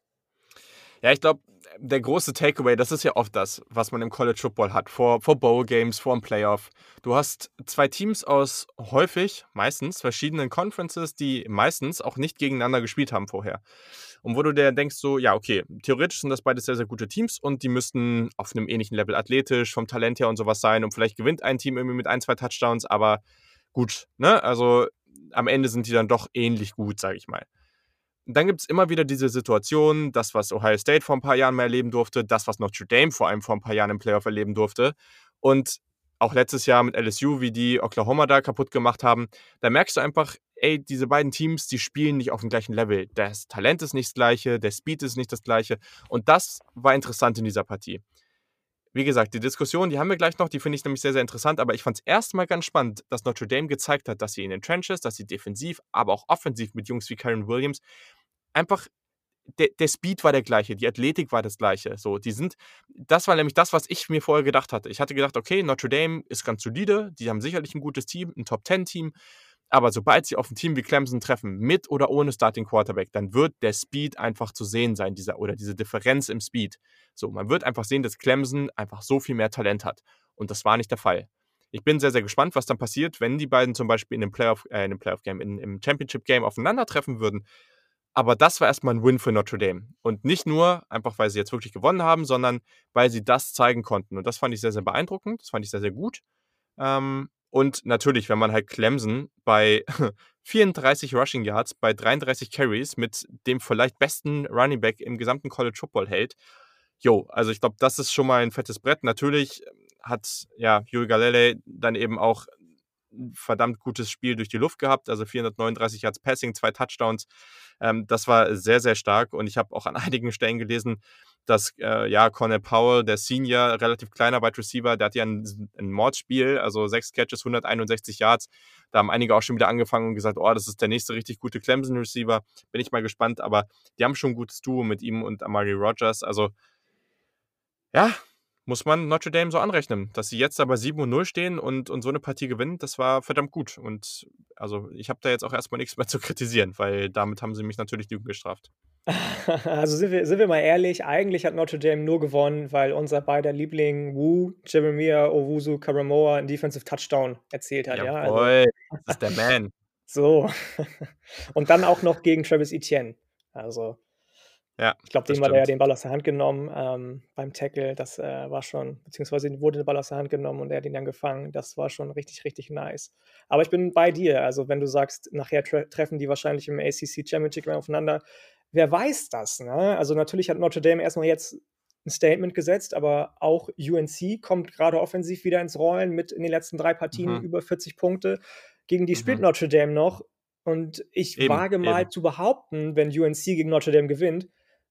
Ja, ich glaube, der große Takeaway, das ist ja oft das, was man im College Football hat, vor Bowl Games, vorm Playoff. Du hast 2 Teams aus häufig, meistens verschiedenen Conferences, die meistens auch nicht gegeneinander gespielt haben vorher. Und wo du dir denkst so, ja, okay, theoretisch sind das beides sehr, sehr gute Teams und die müssten auf einem ähnlichen Level athletisch, vom Talent her und sowas sein und vielleicht gewinnt ein Team irgendwie mit ein 2 Touchdowns, aber gut, ne? Also, am Ende sind die dann doch ähnlich gut, sage ich mal. dann gibt es immer wieder diese Situation, das, was Ohio State vor ein paar Jahren mal erleben durfte, das, was Notre Dame vor allem vor ein paar Jahren im Playoff erleben durfte. Und auch letztes Jahr mit LSU, wie die Oklahoma da kaputt gemacht haben, da merkst du einfach, ey, diese beiden Teams, die spielen nicht auf dem gleichen Level. Das Talent ist nicht das gleiche, der Speed ist nicht das gleiche. Und das war interessant in dieser Partie. Wie gesagt, die Diskussion, die haben wir gleich noch, die finde ich nämlich sehr, sehr interessant, aber ich fand es erstmal ganz spannend, dass Notre Dame gezeigt hat, dass sie in den Trenches, dass sie defensiv, aber auch offensiv mit Jungs wie Kyren Williams einfach der Speed war der gleiche, die Athletik war das gleiche. So, das war nämlich das, was ich mir vorher gedacht hatte. Ich hatte gedacht, okay, Notre Dame ist ganz solide, die haben sicherlich ein gutes Team, ein Top-10-Team, aber sobald sie auf ein Team wie Clemson treffen, mit oder ohne Starting Quarterback, dann wird der Speed einfach zu sehen sein, diese Differenz im Speed. So, man wird einfach sehen, dass Clemson einfach so viel mehr Talent hat. Und das war nicht der Fall. Ich bin sehr, sehr gespannt, was dann passiert, wenn die beiden zum Beispiel in einem Playoff-Game, im Championship-Game aufeinandertreffen würden. Aber das war erstmal ein Win für Notre Dame. Und nicht nur einfach, weil sie jetzt wirklich gewonnen haben, sondern weil sie das zeigen konnten. Und das fand ich sehr, sehr beeindruckend. Das fand ich sehr, sehr gut. Und natürlich, wenn man halt Clemson bei 34 Rushing Yards, bei 33 Carries mit dem vielleicht besten Running Back im gesamten College Football hält, also ich glaube, das ist schon mal ein fettes Brett. Natürlich hat Yuri Galele dann eben auch ein verdammt gutes Spiel durch die Luft gehabt, also 439 Yards Passing, 2 Touchdowns. Das war sehr, sehr stark und ich habe auch an einigen Stellen gelesen, dass Cornell Powell, der Senior, relativ kleiner Wide Receiver, der hat ja ein Mordspiel, also 6 Catches, 161 Yards. Da haben einige auch schon wieder angefangen und gesagt, das ist der nächste richtig gute Clemson-Receiver. Bin ich mal gespannt, aber die haben schon ein gutes Duo mit ihm und Amari Rogers. Also ja, muss man Notre Dame so anrechnen. Dass sie jetzt aber 7-0 stehen und so eine Partie gewinnen, das war verdammt gut. Und also ich habe da jetzt auch erstmal nichts mehr zu kritisieren, weil damit haben sie mich natürlich Lügen gestraft. Also sind wir mal ehrlich, eigentlich hat Notre Dame nur gewonnen, weil unser beider Liebling Jeremiah Owusu-Koramoah einen Defensive Touchdown erzielt hat. Ja, also Jawohl, das ist der Man. so. Und dann auch noch gegen Travis Etienne. Also Ja, ich glaube, das dem hat er ja stimmt. den Ball aus der Hand genommen beim Tackle. Das war schon, beziehungsweise wurde der Ball aus der Hand genommen und er hat ihn dann gefangen. Das war schon richtig, richtig nice. Aber ich bin bei dir. Also wenn du sagst, nachher treffen die wahrscheinlich im ACC Championship Game aufeinander, wer weiß das, ne? Also natürlich hat Notre Dame erstmal jetzt ein Statement gesetzt, aber auch UNC kommt gerade offensiv wieder ins Rollen mit in den letzten 3 Partien über 40 Punkte. Gegen die spielt Notre Dame noch. Und ich wage mal zu behaupten, wenn UNC gegen Notre Dame gewinnt,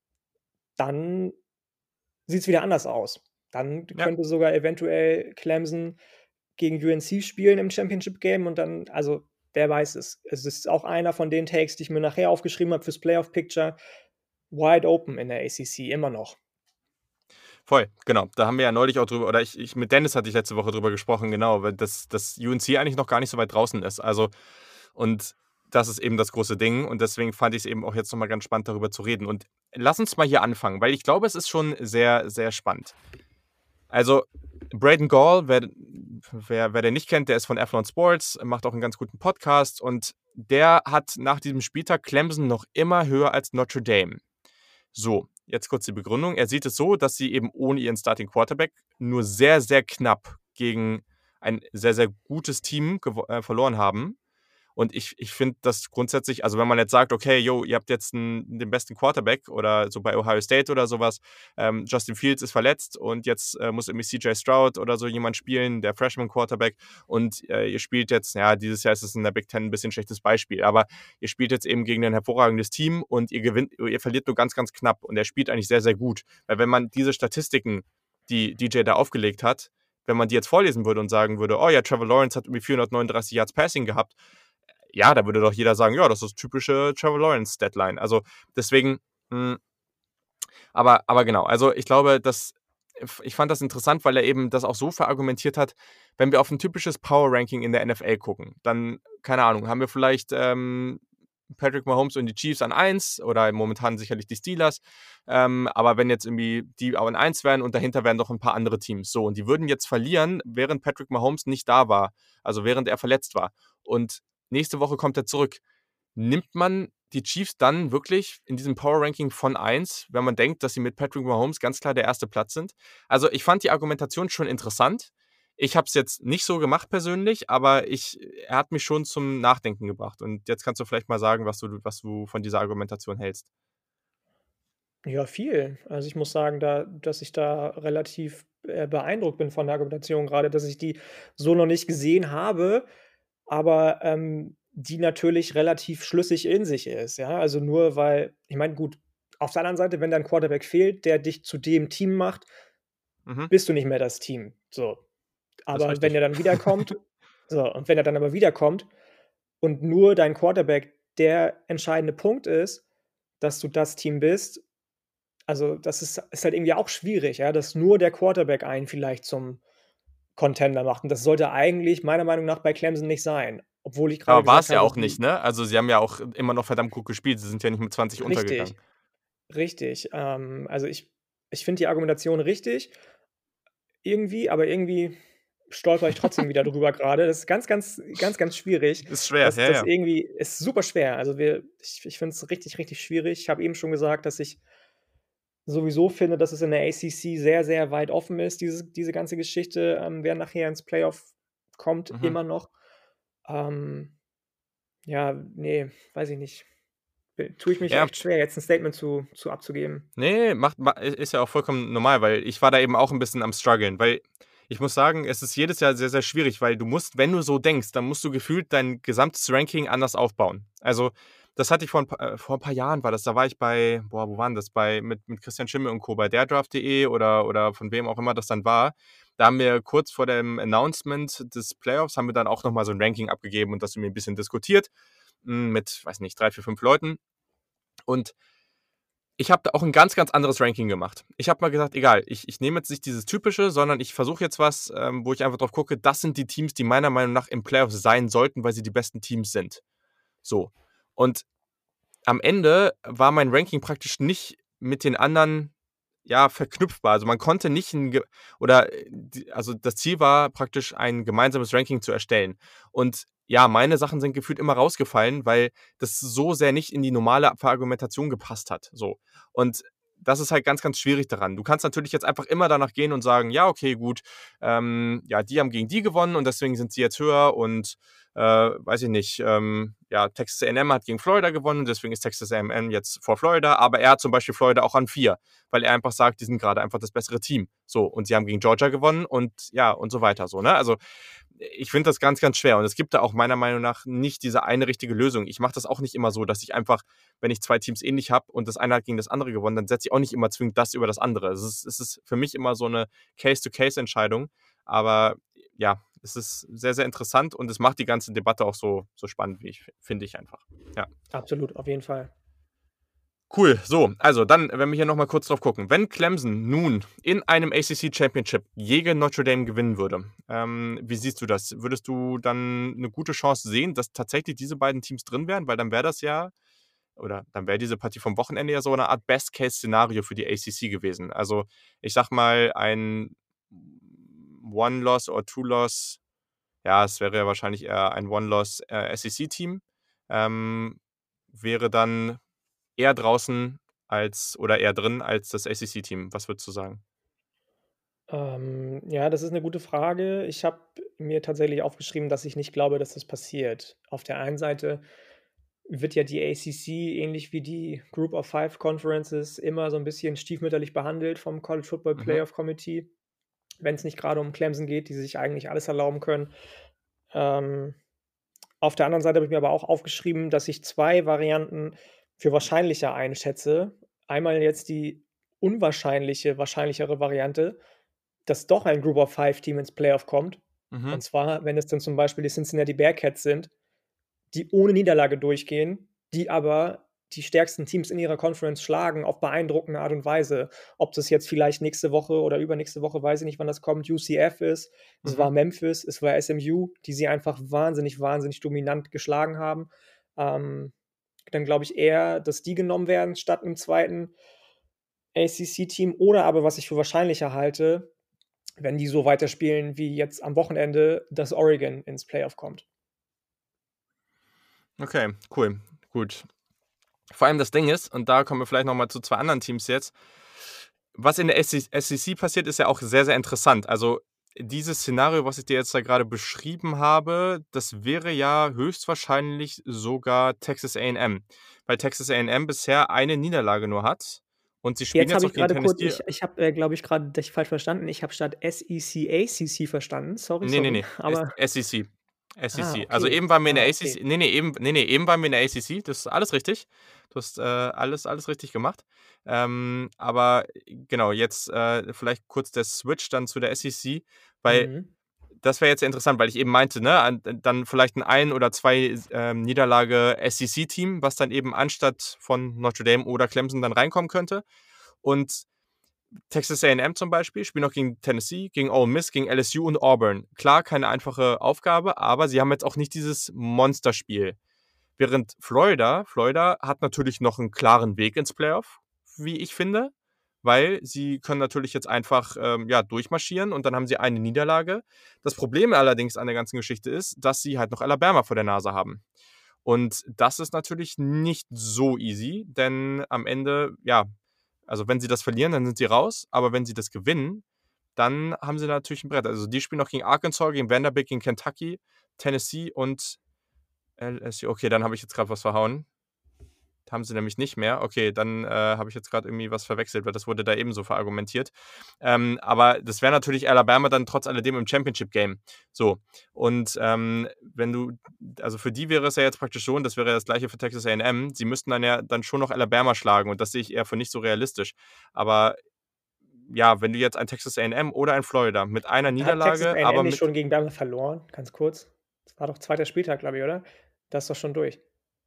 dann sieht es wieder anders aus. Dann Ja. könnte sogar eventuell Clemson gegen UNC spielen im Championship-Game und dann, also wer weiß es. Es ist auch einer von den Takes, die ich mir nachher aufgeschrieben habe fürs Playoff-Picture. Wide open in der ACC, immer noch. Voll, genau. Da haben wir ja neulich auch drüber, oder ich mit Dennis hatte ich letzte Woche drüber gesprochen, genau, weil das UNC eigentlich noch gar nicht so weit draußen ist. Also, und das ist eben das große Ding und deswegen fand ich es eben auch jetzt nochmal ganz spannend, darüber zu reden. Und lass uns mal hier anfangen, weil ich glaube, es ist schon sehr, sehr spannend. Also, Braden Gall, wer den nicht kennt, der ist von Athlon Sports, macht auch einen ganz guten Podcast und der hat nach diesem Spieltag Clemson noch immer höher als Notre Dame. So, jetzt kurz die Begründung. Er sieht es so, dass sie eben ohne ihren Starting Quarterback nur sehr, sehr knapp gegen ein sehr, sehr gutes Team verloren haben. Und ich finde das grundsätzlich, also wenn man jetzt sagt, okay, ihr habt jetzt den besten Quarterback oder so bei Ohio State oder sowas, Justin Fields ist verletzt und jetzt muss irgendwie CJ Stroud oder so jemand spielen, der Freshman Quarterback und ihr spielt jetzt, dieses Jahr ist es in der Big Ten ein bisschen schlechtes Beispiel, aber ihr spielt jetzt eben gegen ein hervorragendes Team und ihr verliert nur ganz, ganz knapp und er spielt eigentlich sehr, sehr gut. Weil wenn man diese Statistiken, die DJ da aufgelegt hat, wenn man die jetzt vorlesen würde und sagen würde, Trevor Lawrence hat irgendwie 439 Yards Passing gehabt, da würde doch jeder sagen, das ist typische Trevor Lawrence Deadline. Also deswegen, aber genau, also ich glaube, ich fand das interessant, weil er eben das auch so verargumentiert hat, wenn wir auf ein typisches Power-Ranking in der NFL gucken, dann, keine Ahnung, haben wir vielleicht Patrick Mahomes und die Chiefs an 1 oder momentan sicherlich die Steelers, aber wenn jetzt irgendwie die auch an 1 wären und dahinter wären noch ein paar andere Teams, so, und die würden jetzt verlieren, während Patrick Mahomes nicht da war, also während er verletzt war und nächste Woche kommt er zurück. Nimmt man die Chiefs dann wirklich in diesem Power-Ranking von 1, wenn man denkt, dass sie mit Patrick Mahomes ganz klar der erste Platz sind? Also ich fand die Argumentation schon interessant. Ich habe es jetzt nicht so gemacht persönlich, aber er hat mich schon zum Nachdenken gebracht. Und jetzt kannst du vielleicht mal sagen, was du von dieser Argumentation hältst. Ja, viel. Also, ich muss sagen, dass ich da relativ, beeindruckt bin von der Argumentation gerade, dass ich die so noch nicht gesehen habe, aber, die natürlich relativ schlüssig in sich ist, ja? Also, nur weil ich meine, gut, auf der anderen Seite, wenn dein Quarterback fehlt, der dich zu dem Team macht, Mhm, bist du nicht mehr das Team, so. das ist Aber wenn richtig. er dann wiederkommt und wenn er dann aber wiederkommt und nur dein Quarterback der entscheidende Punkt ist, dass du das Team bist, also, das ist halt irgendwie auch schwierig, ja, dass nur der Quarterback einen vielleicht zum Contender macht. Und das sollte eigentlich meiner Meinung nach bei Clemson nicht sein, obwohl ich grade Aber war gesagt es ja habe, auch nicht, sie ne? Also, sie haben ja auch immer noch verdammt gut gespielt. Sie sind ja nicht mit 20 untergegangen. richtig, richtig. Also, ich finde die Argumentation richtig irgendwie, aber irgendwie stolpere ich trotzdem wieder drüber grade. Das ist ganz schwierig. Ist schwer, Das ja, das ja. irgendwie ist super schwer. Also, ich finde es richtig, richtig schwierig. Ich habe eben schon gesagt, dass ich sowieso finde, dass es in der ACC sehr, sehr weit offen ist, diese ganze Geschichte, wer nachher ins Playoff kommt, Mhm. immer noch. Ähm, ja, ne, weiß ich nicht. Tue ich mich Ja, echt schwer, jetzt 'n Statement zu abzugeben. ne, ist ja auch vollkommen normal, weil ich war da eben auch 'n bisschen am struggeln, weil ich muss sagen, es ist jedes Jahr sehr, sehr schwierig, weil du musst, wenn du so denkst, dann musst du gefühlt dein gesamtes Ranking anders aufbauen. Also, das hatte ich vor 'n paar Jahren war das. Da war ich bei wo war 'n das? Mit Christian Schimmel und Co. bei derdraft.de oder von wem auch immer das dann war. Da haben wir kurz vor dem Announcement des Playoffs haben wir dann auch noch mal so 'n Ranking abgegeben und das irgendwie 'n bisschen diskutiert, mit, weiß nicht, 3, 4, 5 Leuten. Und ich habe da auch 'n ganz, ganz anderes Ranking gemacht. Ich habe mal gesagt: „Egal, ich nehme jetzt nicht dieses Typische, sondern ich versuche jetzt was, wo ich einfach drauf gucke, das sind die Teams, die meiner Meinung nach im Playoffs sein sollten, weil sie die besten Teams sind.“ So. Und am Ende war mein Ranking praktisch nicht mit den anderen, ja, verknüpfbar. Also, man konnte nicht 'n ge oder, also, das Ziel war praktisch, ein gemeinsames Ranking zu erstellen. Und ja, meine Sachen sind gefühlt immer rausgefallen, weil das so sehr nicht in die normale Argumentation gepasst hat, so. Und das ist halt ganz, ganz schwierig daran. Du kannst natürlich jetzt einfach immer danach gehen und sagen: „Ja, okay, gut, ja, die haben gegen die gewonnen und deswegen sind sie jetzt höher und, weiß ich nicht, ja, Texas A&M hat gegen Florida gewonnen, deswegen ist Texas A&M jetzt vor Florida, aber er hat zum Beispiel Florida auch an 4, weil er einfach sagt, die sind gerade einfach das bessere Team. So, und sie haben gegen Georgia gewonnen und ja, und so weiter so, ne? Also, ich finde das ganz, ganz schwer und es gibt da auch meiner Meinung nach nicht diese eine richtige Lösung. Ich mache das auch nicht immer so, dass ich einfach, wenn ich 2 Teams ähnlich habe und das eine hat gegen das andere gewonnen, dann setze ich auch nicht immer zwingend das über das andere. Es ist für mich immer so eine Case-to-Case-Entscheidung, aber ja, es ist sehr, sehr interessant und es macht die ganze Debatte auch so spannend, wie ich finde ich einfach. Ja. Absolut, auf jeden Fall. Cool. So, also dann, wenn wir hier noch mal kurz drauf gucken. Wenn Clemson nun in einem ACC Championship gegen Notre Dame gewinnen würde, wie siehst du das? Würdest du dann eine gute Chance sehen, dass tatsächlich diese beiden Teams drin wären? Weil dann wäre das ja oder dann wäre diese Partie vom Wochenende ja so eine Art Best-Case-Szenario für die ACC gewesen. Also, ich sage mal, ein One-Loss oder Two-Loss, ja, es wäre ja wahrscheinlich eher ein One-Loss, SEC-Team, ähm, wäre dann eher draußen als oder eher drin als das ACC-Team. Was würdest du sagen? Ja, das ist 'ne gute Frage. Ich habe mir tatsächlich aufgeschrieben, dass ich nicht glaube, dass das passiert. Auf der einen Seite wird ja die ACC ähnlich wie die Group of Five Conferences immer so 'n bisschen stiefmütterlich behandelt vom College Football Mhm, Playoff Committee, wenn's nicht grade um Clemson geht, die sich eigentlich alles erlauben können. Ähm, auf der anderen Seite habe ich mir aber auch aufgeschrieben, dass ich 2 Varianten für wahrscheinlicher einschätze. Einmal jetzt die wahrscheinlichere Variante, dass doch ein Group of Five Team ins Playoff kommt. mhm, Und zwar, wenn es dann zum Beispiel die Cincinnati Bearcats sind, die ohne Niederlage durchgehen, die aber die stärksten Teams in ihrer Conference schlagen auf beeindruckende Art und Weise. Ob das jetzt vielleicht nächste Woche oder übernächste Woche, weiß ich nicht, wann das kommt, UCF ist, es mhm. war Memphis, es war SMU, die sie einfach wahnsinnig, wahnsinnig dominant geschlagen haben. Ähm, dann glaube ich eher, dass die genommen werden statt 'nem zweiten ACC-Team oder aber, was ich für wahrscheinlicher halte, wenn die so weiterspielen wie jetzt am Wochenende, dass Oregon ins Playoff kommt. Okay, cool, gut. Vor allem das Ding ist, und da kommen wir vielleicht noch mal zu 2 anderen Teams jetzt, was in der SEC passiert, ist ja auch sehr, sehr interessant. Also, dieses Szenario, was ich dir jetzt da gerade beschrieben habe, das wäre ja höchstwahrscheinlich sogar Texas A&M, weil Texas A&M bisher eine Niederlage nur hat und sie spielen Jetzt jetzt habe noch ich gegen grade kurz Tennessee. ich habe, glaube ich, grad dich falsch verstanden. Ich habe statt SEC ACC verstanden. Sorry, Ne, ne, sorry, ne, aber SEC. SEC. Also okay. eben waren wir in der Okay. ACC. Ne, eben waren wir in der ACC. Das ist alles richtig. Du hast, alles richtig gemacht. Aber genau, jetzt, vielleicht kurz der Switch dann zu der SEC, weil Mhm. das wäre jetzt ja interessant, weil ich eben meinte, ne, dann vielleicht ein oder 2 Niederlage SEC-Team, was dann eben anstatt von Notre Dame oder Clemson dann reinkommen könnte. Und Texas A&M zum Beispiel spielen noch gegen Tennessee, gegen Ole Miss, gegen LSU und Auburn. Klar, keine einfache Aufgabe, aber sie haben jetzt auch nicht dieses Monsterspiel. Während Florida hat natürlich noch einen klaren Weg ins Playoff, wie ich finde, weil sie können natürlich jetzt einfach ja, durchmarschieren und dann haben sie eine Niederlage. Das Problem allerdings an der ganzen Geschichte ist, dass sie halt noch Alabama vor der Nase haben. Und das ist natürlich nicht so easy, denn am Ende, ja, also wenn sie das verlieren, dann sind sie raus, aber wenn sie das gewinnen, dann haben sie natürlich ein Brett. Also die spielen noch gegen Arkansas, gegen Vanderbilt, gegen Kentucky, Tennessee und LSU. Okay, dann habe ich jetzt gerade was verhauen. Haben sie nämlich nicht mehr. Okay, dann habe ich jetzt gerade irgendwie was verwechselt, weil das wurde da ebenso verargumentiert. Aber das wäre natürlich Alabama dann trotz alledem im Championship-Game. So. Und wenn du, also für die wäre es ja jetzt praktisch schon, das wäre ja das gleiche für Texas A&M, sie müssten dann ja dann schon noch Alabama schlagen und das sehe ich eher für nicht so realistisch. Aber ja, wenn du jetzt ein Texas A&M oder ein Florida mit einer Hat Texas Niederlage, A&M aber nicht mit. schon gegen Bama verloren? Ganz kurz. Das war doch 2. Spieltag, glaube ich, oder? Das ist doch schon durch.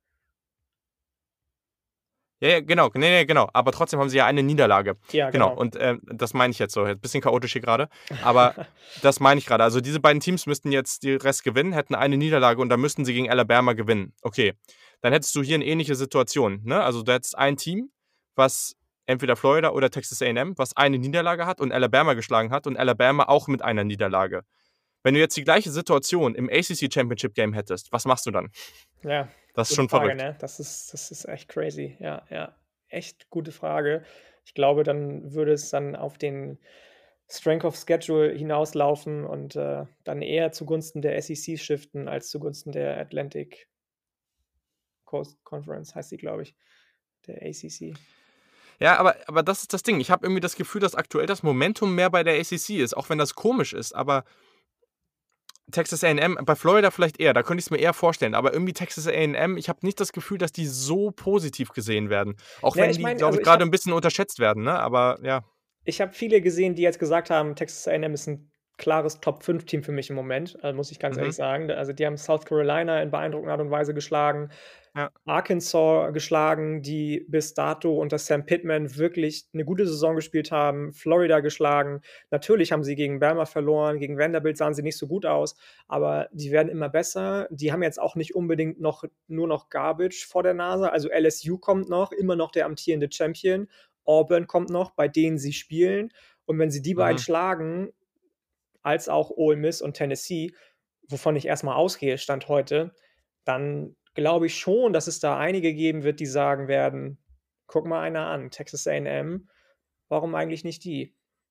Ja, ja, genau. Ne, ne, genau. Aber trotzdem haben sie ja eine Niederlage. Ja, Genau. genau. Und das meine ich jetzt so. Jetzt bisschen chaotisch hier gerade. Aber das meine ich gerade. Also diese beiden Teams müssten jetzt die Rest gewinnen, hätten eine Niederlage und dann müssten sie gegen Alabama gewinnen. Okay. Dann hättest du hier eine ähnliche Situation. Ne? Also du hättest ein Team, was entweder Florida oder Texas A&M, was eine Niederlage hat und Alabama geschlagen hat und Alabama auch mit einer Niederlage. Wenn du jetzt die gleiche Situation im ACC Championship Game hättest, was machst du dann? Ja, Das ist gute schon Frage, verrückt. ne? Das ist echt crazy. Ja, ja. Echt gute Frage. Ich glaube, dann würde es dann auf den Strength of Schedule hinauslaufen und, dann eher zugunsten der SEC shiften als zugunsten der Atlantic Coast Conference, heißt die, glaube ich, der ACC. Ja, aber das ist das Ding. Ich habe irgendwie das Gefühl, dass aktuell das Momentum mehr bei der ACC ist, auch wenn das komisch ist. Aber Texas A&M, bei Florida vielleicht eher, da könnte ich es mir eher vorstellen. Aber irgendwie Texas A&M, ich habe nicht das Gefühl, dass die so positiv gesehen werden. Auch Ja, wenn ich die, meine, glaube also ich, gerade ein bisschen unterschätzt werden. Ne? Aber ja. ich habe viele gesehen, die jetzt gesagt haben, Texas A&M ist 'n klares Top-5-Team für mich im Moment, muss ich ganz ehrlich Mhm. sagen. Also, die haben South Carolina in beeindruckender Art und Weise geschlagen, Ja. Arkansas geschlagen, die bis dato unter Sam Pittman wirklich 'ne gute Saison gespielt haben, Florida geschlagen. Natürlich haben sie gegen Bama verloren, gegen Vanderbilt sahen sie nicht so gut aus, aber die werden immer besser. Die haben jetzt auch nicht unbedingt nur noch Garbage vor der Nase. Also, LSU kommt noch, immer noch der amtierende Champion. Auburn kommt noch, bei denen sie spielen. Und wenn sie die beiden Mhm. schlagen, als auch Ole Miss und Tennessee, wovon ich erst mal ausgehe, Stand heute, dann glaube ich schon, dass es da einige geben wird, die sagen werden: „Guck mal einer an, Texas A&M, warum eigentlich nicht die?“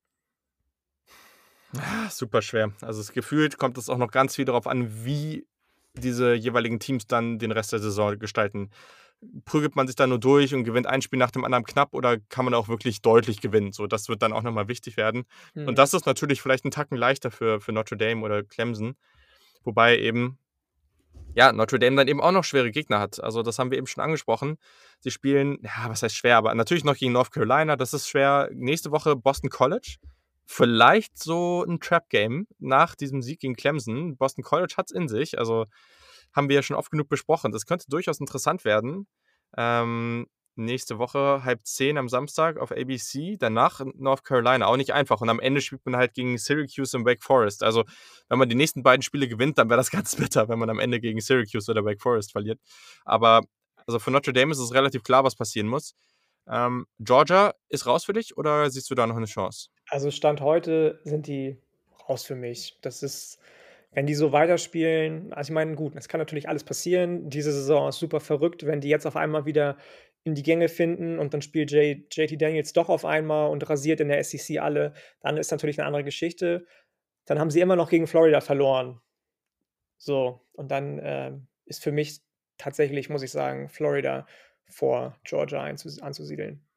Super schwer. Also es gefühlt kommt es auch noch ganz viel darauf an, wie diese jeweiligen Teams dann den Rest der Saison gestalten. Prügelt man sich da nur durch und gewinnt ein Spiel nach dem anderen knapp oder kann man auch wirklich deutlich gewinnen? So, das wird dann auch nochmal wichtig werden. Und Mhm. das ist natürlich vielleicht ein Tacken leichter für Notre Dame oder Clemson. Wobei eben, ja, Notre Dame dann eben auch noch schwere Gegner hat. Also das haben wir eben schon angesprochen. Sie spielen, ja, was heißt schwer, aber natürlich noch gegen North Carolina. Das ist schwer. Nächste Woche Boston College. Vielleicht so ein Trap-Game nach diesem Sieg gegen Clemson. Boston College hat es in sich. Also haben wir ja schon oft genug besprochen. Das könnte durchaus interessant werden. Ähm, nächste Woche 9:30 am Samstag auf ABC. Danach North Carolina. Auch nicht einfach. Und am Ende spielt man halt gegen Syracuse und Wake Forest. Also wenn man die nächsten beiden Spiele gewinnt, dann wäre das ganz bitter, wenn man am Ende gegen Syracuse oder Wake Forest verliert. Aber also für Notre Dame ist es relativ klar, was passieren muss. Georgia ist raus für dich oder siehst du da noch eine Chance? Also, Stand heute sind die raus für mich. Das ist wenn die so weiterspielen, also, ich meine, gut, es kann natürlich alles passieren. Diese Saison ist super verrückt, wenn die jetzt auf einmal wieder in die Gänge finden und dann spielt JT Daniels doch auf einmal und rasiert in der SEC alle, dann ist natürlich 'ne andere Geschichte. dann haben sie immer noch gegen Florida verloren. So, und dann, ist für mich tatsächlich, muss ich sagen, Florida vor Georgia anzusiedeln.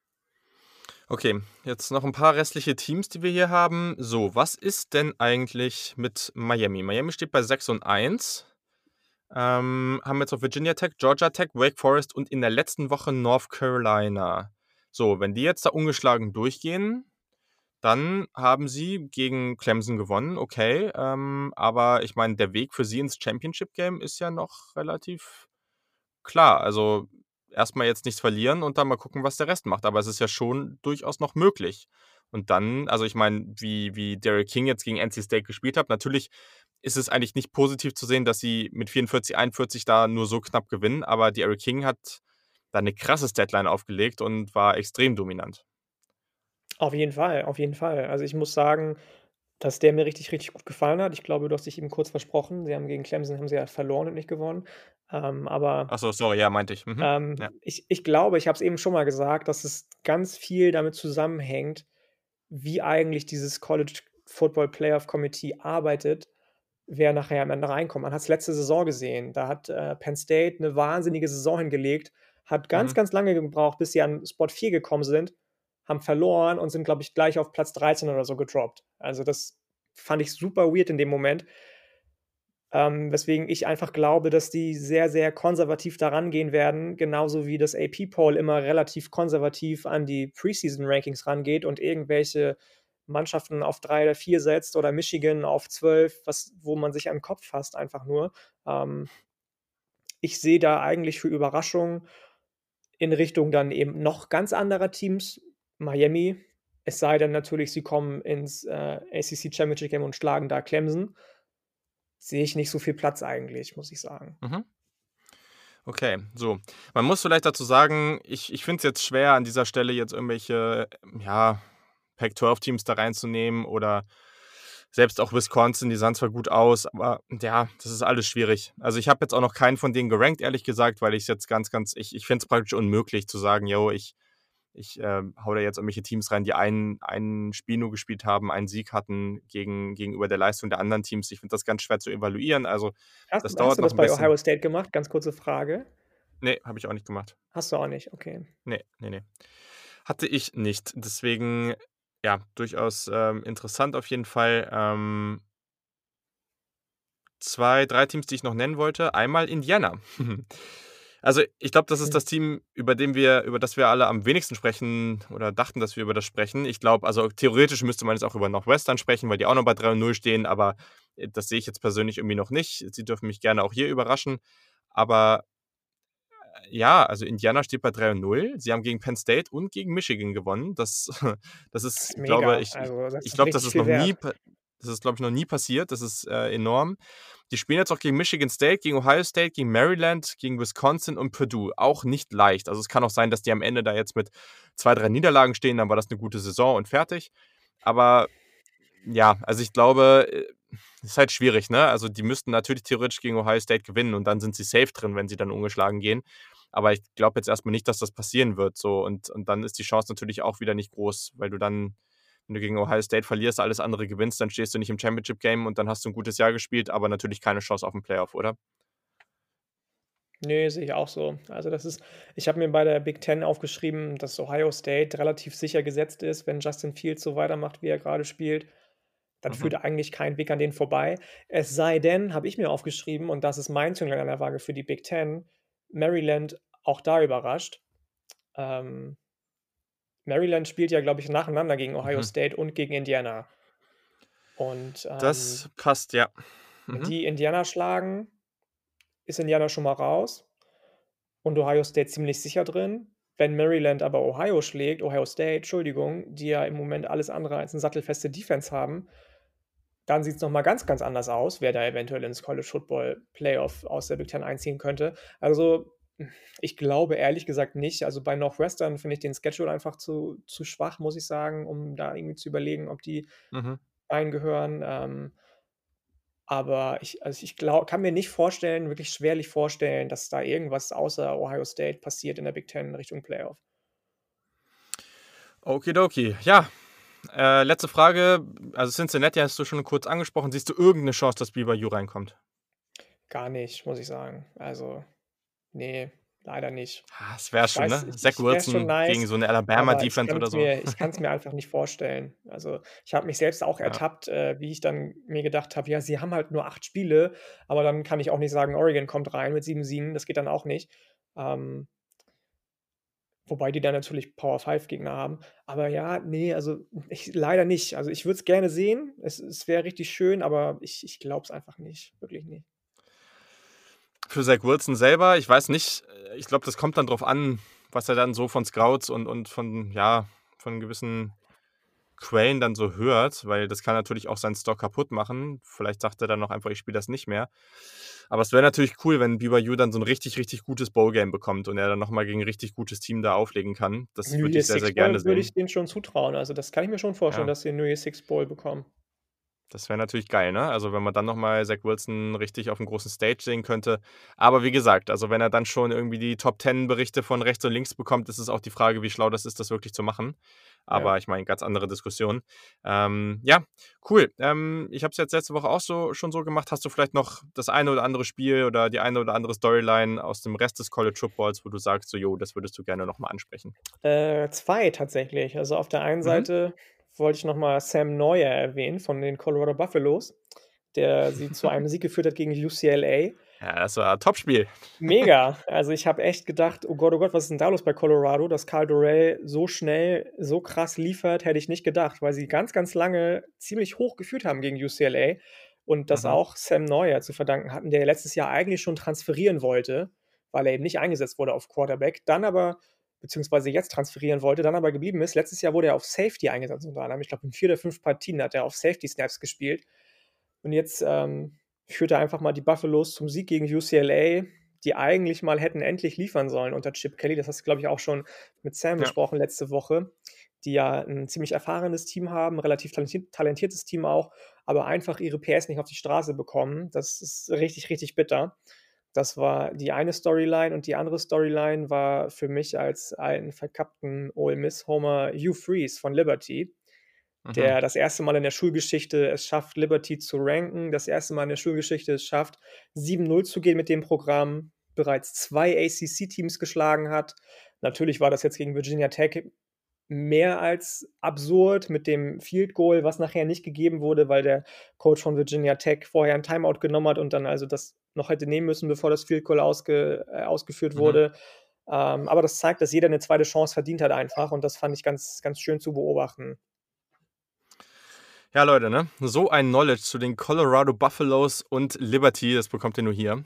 Okay, jetzt noch ein paar restliche Teams, die wir hier haben. So, was ist denn eigentlich mit Miami? Miami steht bei 6-1. Haben jetzt auch Virginia Tech, Georgia Tech, Wake Forest und in der letzten Woche North Carolina. So, wenn die jetzt da ungeschlagen durchgehen, dann haben sie gegen Clemson gewonnen, okay. Aber ich meine, der Weg für sie ins Championship-Game ist ja noch relativ klar. Also erstmal jetzt nichts verlieren und dann mal gucken, was der Rest macht. Aber es ist ja schon durchaus noch möglich. Und dann, also ich meine, wie Derek King jetzt gegen NC State gespielt hat, natürlich ist es eigentlich nicht positiv zu sehen, dass sie mit 44-41 da nur so knapp gewinnen, aber Derek King hat da eine krasse Deadline aufgelegt und war extrem dominant. Auf jeden Fall, auf jeden Fall. Also, ich muss sagen, dass der mir richtig, richtig gut gefallen hat. Ich glaube, du hast dich eben kurz versprochen. Sie haben gegen Clemson haben sie ja verloren und nicht gewonnen. Aber, Ach so, sorry, ja, meinte ich. Mhm. Ja. ich glaube, ich habe es eben schon mal gesagt, dass es ganz viel damit zusammenhängt, wie eigentlich dieses College Football Playoff Committee arbeitet, wer nachher am Ende reinkommt. Man hat's letzte Saison gesehen. Da hat, Penn State 'ne wahnsinnige Saison hingelegt, hat ganz, Mhm. ganz lange gebraucht, bis sie an Spot 4 gekommen sind, haben verloren und sind, glaube ich, gleich auf Platz 13 oder so gedroppt. Also, das fand ich super weird in dem Moment, weswegen ich einfach glaube, dass die sehr, sehr konservativ da rangehen werden, genauso wie das AP-Poll immer relativ konservativ an die Preseason-Rankings rangeht und irgendwelche Mannschaften auf 3 oder 4 setzt oder Michigan auf 12, wo man sich an den Kopf fasst einfach nur. Ähm, Ich sehe da eigentlich für Überraschungen in Richtung dann eben noch ganz anderer Teams, Miami, es sei denn natürlich, sie kommen ins, ACC Championship Game und schlagen da Clemson, sehe ich nicht so viel Platz eigentlich, muss ich sagen. Mhm. Okay, so. Man muss vielleicht dazu sagen, ich finde es jetzt schwer, an dieser Stelle jetzt irgendwelche, ja, Pac-12-Teams da reinzunehmen oder selbst auch Wisconsin, die sahen zwar gut aus, aber ja, das ist alles schwierig. Also ich habe jetzt auch noch keinen von denen gerankt, ehrlich gesagt, weil ich es jetzt ich finde es praktisch unmöglich zu sagen, yo, ich hau da jetzt irgendwelche Teams rein, die ein Spiel nur gespielt haben, einen Sieg hatten gegenüber der Leistung der anderen Teams. Ich finde das ganz schwer zu evaluieren. Also Hast das hast dauert du noch das ein bei bisschen. Ohio State gemacht? Ganz kurze Frage. Nee, habe ich auch nicht gemacht. Hast du auch nicht, okay. Nee, nee, ne. Hatte ich nicht. Deswegen, ja, durchaus, interessant auf jeden Fall. 2, 3 Teams, die ich noch nennen wollte. Einmal Indiana. Also, ich glaube, das ist Hm. das Team, über das wir alle am wenigsten sprechen oder dachten, dass wir über das sprechen. Ich glaube, also, theoretisch müsste man jetzt auch über Northwestern sprechen, weil die auch noch bei 3-0 stehen, aber, das sehe ich jetzt persönlich irgendwie noch nicht. Sie dürfen mich gerne auch hier überraschen. Aber ja, also Indiana steht bei 3-0. Sie haben gegen Penn State und gegen Michigan gewonnen. Das das Das ist, ist glaube mega. ich ich Also, das ich ist glaube, richtig viel wert. das ist, glaube ich, noch nie passiert. Das ist, enorm. Die spielen jetzt auch gegen Michigan State, gegen Ohio State, gegen Maryland, gegen Wisconsin und Purdue. Auch nicht leicht. Also, es kann auch sein, dass die am Ende da jetzt mit 2, 3 Niederlagen stehen, dann war das eine gute Saison und fertig. Aber ja, also ich glaube, ist halt schwierig, ne? Also, die müssten natürlich theoretisch gegen Ohio State gewinnen und dann sind sie safe drin, wenn sie dann ungeschlagen gehen. Aber ich glaube jetzt erstmal nicht, dass das passieren wird so und dann ist die Chance natürlich auch wieder nicht groß, weil du dann, wenn du gegen Ohio State verlierst, alles andere gewinnst, dann stehst du nicht im Championship Game und dann hast du ein gutes Jahr gespielt, aber natürlich keine Chance auf 'n Playoff, oder? Ne, sehe ich auch so. Also, das ist ich habe mir bei der Big Ten aufgeschrieben, dass Ohio State relativ sicher gesetzt ist. Wenn Justin Fields so weitermacht, wie er grade spielt, dann Mhm, führt eigentlich kein Weg an denen vorbei. Es sei denn, habe ich mir aufgeschrieben, und das ist mein Zünglein an der Waage für die Big Ten, Maryland auch da überrascht. Ähm, Maryland spielt ja, glaube ich, nacheinander gegen Ohio mhm. State und gegen Indiana. Und, Das passt, ja. wenn Mhm, die Indiana schlagen, ist Indiana schon mal raus und Ohio State ziemlich sicher drin. Wenn Maryland aber Ohio State, Entschuldigung, die ja im Moment alles andere als 'ne sattelfeste Defense haben, dann sieht's noch mal ganz, ganz anders aus, wer da eventuell ins College Football Playoff aus der Big Ten einziehen könnte. Also, ich glaube ehrlich gesagt nicht. Also, bei Northwestern finde ich den Schedule einfach zu schwach, muss ich sagen, um da irgendwie zu überlegen, ob die mhm. reingehören. Aber ich kann mir nicht vorstellen, wirklich schwerlich vorstellen, dass da irgendwas außer Ohio State passiert in der Big Ten in Richtung Playoff. Okidoki. Ja, Letzte Frage. Also Cincinnati hast du schon kurz angesprochen. Siehst du irgendeine Chance, dass BYU reinkommt? Gar nicht, muss ich sagen. Also, nee, leider nicht. Es wäre Ich schon, weiß, ne? Zach wäre schon Wilson gegen nice, so eine aber ich Alabama-Defense kann oder es so. mir ich kann's mir einfach nicht vorstellen. Also, ich habe mich selbst auch Ja. ertappt, wie ich dann mir gedacht habe: „Ja, sie haben halt nur 8 Spiele“, aber dann kann ich auch nicht sagen, Oregon kommt rein mit 7-7, das geht dann auch nicht. Ähm, wobei die dann natürlich Power-5-Gegner haben. Aber ja, ne, also, ich leider nicht. Also, ich würde es gerne sehen. Es wäre richtig schön, aber ich glaube es einfach nicht, wirklich nicht. Für Zach Wilson selber, ich weiß nicht, ich glaube, das kommt dann drauf an, was er dann so von Scouts und von, ja, von gewissen Quellen dann so hört, weil das kann natürlich auch seinen Stock kaputt machen. Vielleicht sagt er dann noch einfach, ich spiele das nicht mehr. Aber es wäre natürlich cool, wenn BYU dann so ein richtig, richtig gutes Bowl-Game bekommt und er dann noch mal gegen 'n richtig gutes Team da auflegen kann. Das New würde ich Year's sehr, Six sehr gerne Bowl würde ich sehen. denen schon zutrauen. Also, das kann ich mir schon vorstellen, Ja. dass sie 'n New Year's Six Bowl bekommen. Das wäre natürlich geil, ne? Also, wenn man dann noch mal Zach Wilson richtig auf 'm großen Stage sehen könnte. Aber wie gesagt, also, wenn er dann schon irgendwie die Top-10-Berichte von rechts und links bekommt, ist es auch die Frage, wie schlau das ist, das wirklich zu machen. Ja. Aber ich meine, ganz andere Diskussion. Ja, cool. Ich habe es jetzt letzte Woche auch schon so gemacht. Hast du vielleicht noch das eine oder andere Spiel oder die eine oder andere Storyline aus dem Rest des College Footballs, wo du sagst, so: „Jo, das würdest du gerne noch mal ansprechen?“ 2 tatsächlich. Also, auf der einen Mhm. Seite wollte ich noch mal Sam Neuer erwähnen von den Colorado Buffaloes, der sie zu einem Sieg geführt hat gegen UCLA. Ja, das war ein Topspiel. Mega. Also, ich habe echt gedacht: oh Gott, was ist denn da los bei Colorado?“ Dass Karl Dorrell so schnell, so krass liefert, hätte ich nicht gedacht, weil sie ganz, ganz lange ziemlich hoch geführt haben gegen UCLA und das Mhm, auch Sam Neuer zu verdanken hatten, der letztes Jahr eigentlich schon transferieren wollte, weil er eben nicht eingesetzt wurde auf Quarterback, dann aber beziehungsweise jetzt transferieren wollte, dann aber geblieben ist. Letztes Jahr wurde er auf Safety eingesetzt unter anderem. Ich glaube, in 4 oder 5 Partien hat er auf Safety Snaps gespielt und jetzt, führt er einfach mal die Buffaloes zum Sieg gegen UCLA, die eigentlich mal hätten endlich liefern sollen unter Chip Kelly. Das hast du, glaube ich, auch schon mit Sam ja. besprochen letzte Woche, die ja 'n ziemlich erfahrenes Team haben, relativ talentiertes Team auch, aber einfach ihre PS nicht auf die Straße bekommen. Das ist richtig, richtig bitter. Das war die eine Storyline und die andere Storyline war für mich als alten verkappten Ole Miss-Homer Hugh Freeze von Liberty, Mhm. der das erste Mal in der Schulgeschichte es schafft, Liberty zu ranken, das erste Mal in der Schulgeschichte es schafft, 7-0 zu gehen mit dem Programm, bereits 2 ACC-Teams geschlagen hat. Natürlich war das jetzt gegen Virginia Tech mehr als absurd mit dem Field Goal, was nachher nicht gegeben wurde, weil der Coach von Virginia Tech vorher 'n Timeout genommen hat und dann also das noch hätte nehmen müssen, bevor das Field Goal ausgeführt Mhm. wurde. Aber das zeigt, dass jeder 'ne zweite Chance verdient hat einfach und das fand ich ganz, ganz schön zu beobachten. Ja, Leute, ne? So ein Knowledge zu den Colorado Buffaloes und Liberty, das bekommt ihr nur hier.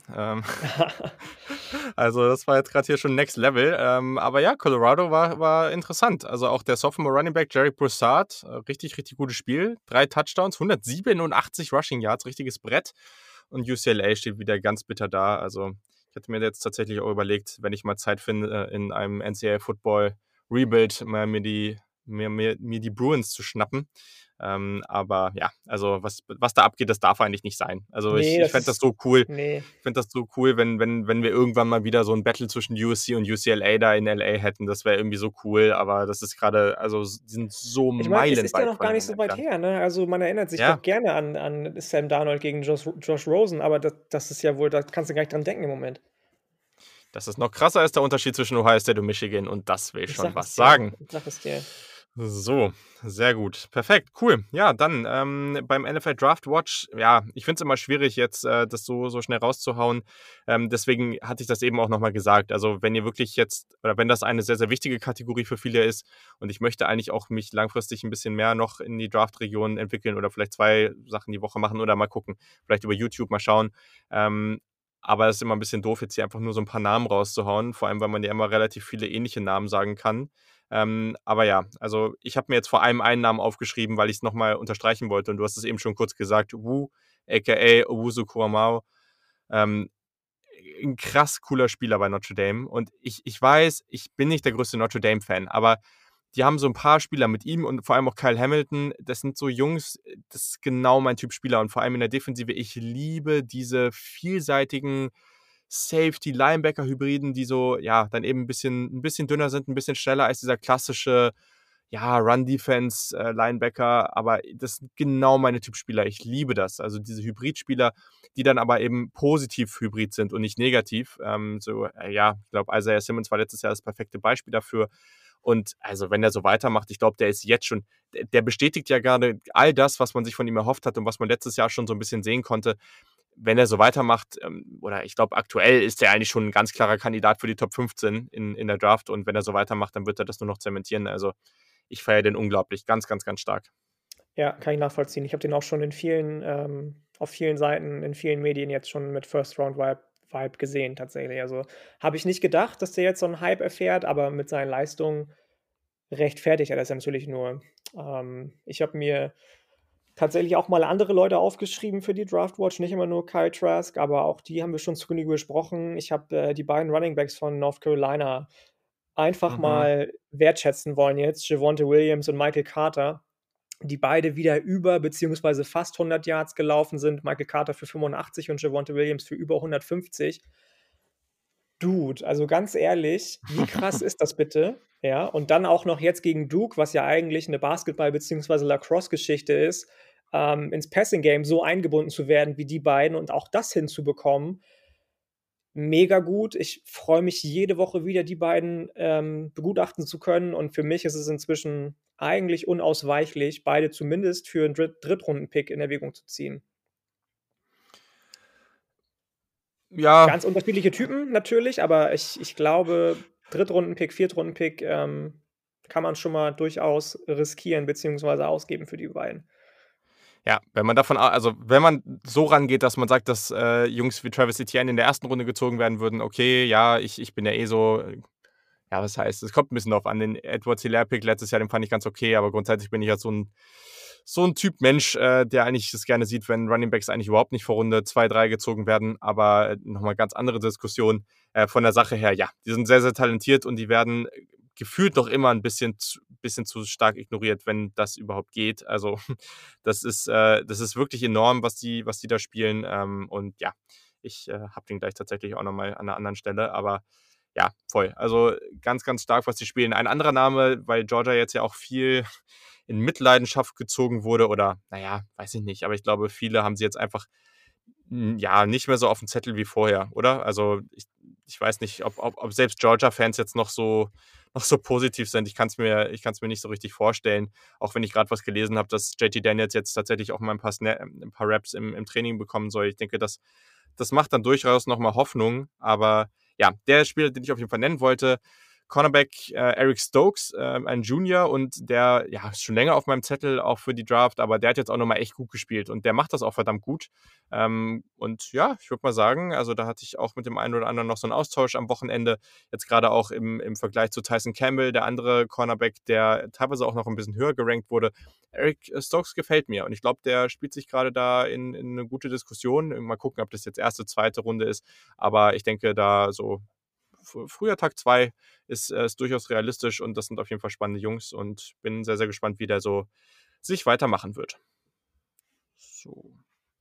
Also, das war jetzt gerade hier schon Next Level. Aber ja, Colorado war interessant. Also, auch der Sophomore Running Back Jarek Broussard, richtig, richtig gutes Spiel. 3 Touchdowns, 187 Rushing Yards, richtiges Brett. Und UCLA steht wieder ganz bitter da. Also, ich hätte mir jetzt tatsächlich auch überlegt, wenn ich mal Zeit finde, in einem NCAA Football Rebuild mal mir die Bruins zu schnappen. Aber ja, also was da abgeht, das darf eigentlich nicht sein. Also ich, Ne, ich das fände das ist so cool. ne. Ich fände das so cool, wenn wir irgendwann mal wieder so ein Battle zwischen USC und UCLA da in LA hätten. Das wäre irgendwie so cool, aber das ist gerade, also die sind so Ich meine, es ist ja meilenweit noch gar nicht voneinander so weit entfernt. her, ne? Also, man erinnert sich doch Ja, gerne an Sam Darnold gegen Josh Rosen, aber das ist ja wohl da kannst du gar nicht dran denken im Moment. das ist noch krasser als der Unterschied zwischen Ohio State und Michigan und das will Ich schon sage es was dir, sagen. ich sage es dir. So, sehr gut. Perfekt, cool. Ja, dann beim NFL Draft Watch, ja, ich finde es immer schwierig, jetzt das so schnell rauszuhauen. Deswegen hatte ich das eben auch nochmal gesagt. Also, wenn ihr wirklich jetzt, oder wenn das eine sehr, sehr wichtige Kategorie für viele ist und ich möchte eigentlich auch mich langfristig ein bisschen mehr noch in die Draft-Region entwickeln oder vielleicht 2 Sachen die Woche machen oder mal gucken, vielleicht über YouTube mal schauen. Ähm, aber es ist immer ein bisschen doof, jetzt hier einfach nur so ein paar Namen rauszuhauen, vor allem, weil man ja immer relativ viele ähnliche Namen sagen kann. Aber ja, also ich habe mir jetzt vor allem einen Namen aufgeschrieben, weil ich es nochmal unterstreichen wollte und du hast es eben schon kurz gesagt, Wu, aka Owusu Kuramao. Ähm, 'n krass cooler Spieler bei Notre Dame und ich weiß, ich bin nicht der größte Notre Dame-Fan, aber die haben so ein paar Spieler mit ihm und vor allem auch Kyle Hamilton. Das sind so Jungs, das ist genau mein Typ Spieler und vor allem in der Defensive. Ich liebe diese vielseitigen Safety-Linebacker-Hybriden, die so, ja, dann eben ein bisschen dünner sind, ein bisschen schneller als dieser klassische, ja, Run-Defense, Linebacker, aber das sind genau meine Typspieler. Ich liebe das. Also diese Hybridspieler, die dann aber eben positiv hybrid sind und nicht negativ. Ja, ich glaube, Isaiah Simmons war letztes Jahr das perfekte Beispiel dafür. Und also, wenn er so weitermacht, ich glaube, der ist jetzt schon, der bestätigt ja gerade all das, was man sich von ihm erhofft hat und was man letztes Jahr schon so ein bisschen sehen konnte. Wenn er so weitermacht, oder ich glaube, aktuell ist er eigentlich schon ein ganz klarer Kandidat für die Top 15 in der Draft. Und wenn er so weitermacht, dann wird er das nur noch zementieren. Also, ich feiere den unglaublich. Ganz, ganz, ganz stark. Ja, kann ich nachvollziehen. Ich habe den auch schon in vielen auf vielen Seiten, in vielen Medien jetzt schon mit First-Round-Vibe gesehen tatsächlich. Also, habe ich nicht gedacht, dass der jetzt so 'n Hype erfährt, aber mit seinen Leistungen rechtfertigt er das ja natürlich nur. Ich habe mir tatsächlich auch mal andere Leute aufgeschrieben für die Draftwatch, nicht immer nur Kyle Trask, aber auch die haben wir schon zu Genüge besprochen. Ich habe, die beiden Running Backs von North Carolina einfach Mhm. mal wertschätzen wollen jetzt, Javonte Williams und Michael Carter, die beide wieder über beziehungsweise fast 100 Yards gelaufen sind. Michael Carter für 85 und Javonte Williams für über 150. Dude, also ganz ehrlich, wie krass ist das bitte? Ja, und dann auch noch jetzt gegen Duke, was ja eigentlich 'ne Basketball beziehungsweise Lacrosse-Geschichte ist, ins Passing Game so eingebunden zu werden wie die beiden und auch das hinzubekommen, mega gut. Ich freue mich jede Woche wieder, die beiden, begutachten zu können und für mich ist es inzwischen eigentlich unausweichlich, beide zumindest für 'n Drittrunden-Pick in Erwägung zu ziehen. Ja, Ganz unterschiedliche Typen natürlich, aber ich glaube, Drittrunden-Pick, Viertrunden-Pick, kann man schon mal durchaus riskieren beziehungsweise ausgeben für die beiden. ja, wenn man so rangeht, dass man sagt, dass Jungs wie Travis Etienne in der ersten Runde gezogen werden würden, okay, ja, ich bin ja eh so, ja, was heißt, es kommt ein bisschen drauf an. Den Edwards-Hilaire-Pick letztes Jahr, den fand ich ganz okay, aber grundsätzlich bin ich ja so ein Typ Mensch, der eigentlich das gerne sieht, wenn Runningbacks eigentlich überhaupt nicht vor Runde 2, 3 gezogen werden. Aber nochmal ganz andere Diskussion. Von der Sache her, ja, die sind sehr, sehr talentiert und die werden gefühlt doch immer ein bisschen zu stark ignoriert, wenn das überhaupt geht. Also das ist wirklich enorm, was die da spielen. Und ja, ich habe den gleich tatsächlich auch nochmal an einer anderen Stelle, aber ja, voll. Also ganz, ganz stark, was die spielen. Ein anderer Name, weil Georgia jetzt ja auch viel in Mitleidenschaft gezogen wurde oder, naja, weiß ich nicht, aber ich glaube, viele haben sie jetzt einfach ja, nicht mehr so auf dem Zettel wie vorher, oder? Also ich weiß nicht, ob selbst Georgia-Fans jetzt noch so positiv sind. Ich kann's mir nicht so richtig vorstellen, auch wenn ich gerade was gelesen habe, dass JT Daniels jetzt tatsächlich auch mal ein paar Raps im Training bekommen soll. Ich denke, das macht dann durchaus nochmal Hoffnung. Aber ja, der Spieler, den ich auf jeden Fall nennen wollte, Cornerback Eric Stokes, ein Junior und der ja, ist schon länger auf meinem Zettel, auch für die Draft, aber der hat jetzt auch nochmal echt gut gespielt und der macht das auch verdammt gut. Und ja, ich würde mal sagen, also da hatte ich auch mit dem einen oder anderen noch so einen Austausch am Wochenende, jetzt gerade auch im Vergleich zu Tyson Campbell, der andere Cornerback, der teilweise auch noch ein bisschen höher gerankt wurde. Eric Stokes gefällt mir und ich glaube, der spielt sich gerade da in eine gute Diskussion. Mal gucken, ob das jetzt erste, zweite Runde ist, aber ich denke, da so früher Tag 2 ist durchaus realistisch und das sind auf jeden Fall spannende Jungs und bin sehr, sehr gespannt, wie der so sich weitermachen wird. So,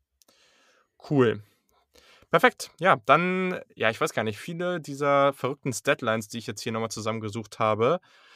cool. Perfekt. Ja, dann, ja, ich weiß gar nicht, viele dieser verrückten Statlines, die ich jetzt hier nochmal zusammengesucht habe,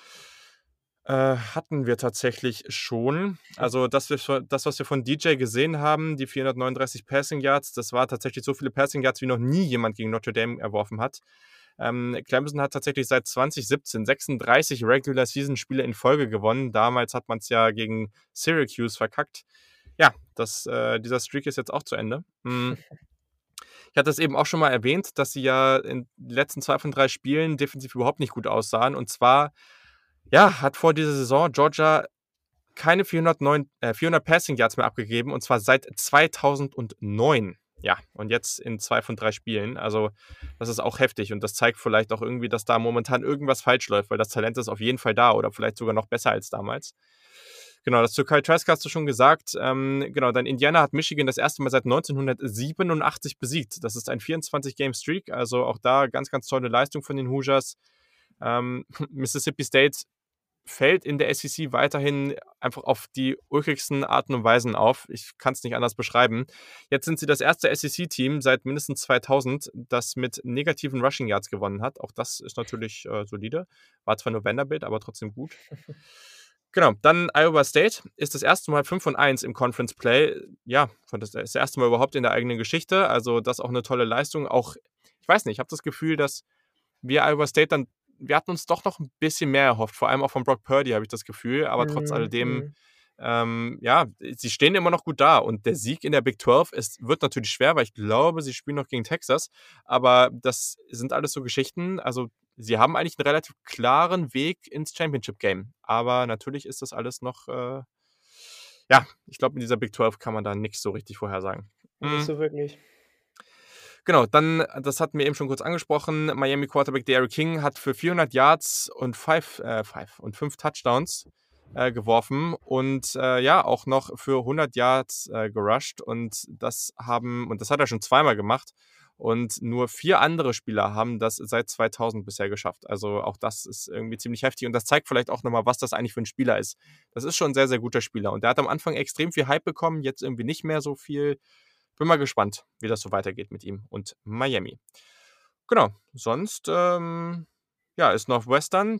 hatten wir tatsächlich schon. Also das, was wir von DJ gesehen haben, die 439 Passing Yards, das war tatsächlich so viele Passing Yards, wie noch nie jemand gegen Notre Dame erworfen hat. Clemson hat tatsächlich seit 2017 36 Regular Season Spiele in Folge gewonnen. Damals hat man es ja gegen Syracuse verkackt. Ja, dieser Streak ist jetzt auch zu Ende. Ich hatte es eben auch schon mal erwähnt, dass sie ja in den letzten 2 von 3 Spielen defensiv überhaupt nicht gut aussahen. Und zwar, ja, hat vor dieser Saison Georgia keine 400 Passing Yards mehr abgegeben und zwar seit 2009. Ja, und jetzt in 2 von 3 Spielen. Also, das ist auch heftig und das zeigt vielleicht auch irgendwie, dass da momentan irgendwas falsch läuft, weil das Talent ist auf jeden Fall da oder vielleicht sogar noch besser als damals. Genau, das zu Kyle Trask hast du schon gesagt. Genau, dann Indiana hat Michigan das erste Mal seit 1987 besiegt. Das ist ein 24-Game-Streak, also auch da ganz, ganz tolle Leistung von den Hoosiers. Mississippi State fällt in der SEC weiterhin einfach auf die ulkigsten Arten und Weisen auf. Ich kann es nicht anders beschreiben. Jetzt sind sie das erste SEC-Team seit mindestens 2000, das mit negativen Rushing Yards gewonnen hat. Auch das ist natürlich solide. War zwar nur Vanderbilt, aber trotzdem gut. Genau, dann Iowa State ist das erste Mal 5-1 im Conference Play. Ja, das erste Mal überhaupt in der eigenen Geschichte. Also das auch eine tolle Leistung. Auch, ich weiß nicht, ich habe das Gefühl, dass wir Iowa State wir hatten uns doch noch ein bisschen mehr erhofft. Vor allem auch von Brock Purdy habe ich das Gefühl. Aber trotz Mhm, alledem, mhm. ja, sie stehen immer noch gut da. Und der Sieg in der Big 12 wird natürlich schwer, weil ich glaube, sie spielen noch gegen Texas. Aber das sind alles so Geschichten. Also sie haben eigentlich einen relativ klaren Weg ins Championship-Game. Aber natürlich ist das alles noch, ja, ich glaube, in dieser Big 12 kann man da nichts so richtig vorhersagen. Nicht Mhm. so wirklich. Genau, dann, das hatten wir eben schon kurz angesprochen, Miami Quarterback D'Eriq King hat für 400 Yards und 5 Touchdowns geworfen und ja, auch noch für 100 Yards gerusht und das hat er schon zweimal gemacht und nur 4 andere Spieler haben das seit 2000 bisher geschafft. Also auch das ist irgendwie ziemlich heftig und das zeigt vielleicht auch nochmal, was das eigentlich für ein Spieler ist. Das ist schon ein sehr, sehr guter Spieler und der hat am Anfang extrem viel Hype bekommen, jetzt irgendwie nicht mehr so viel. Bin mal gespannt, wie das so weitergeht mit ihm und Miami. Genau, sonst ja, ist Northwestern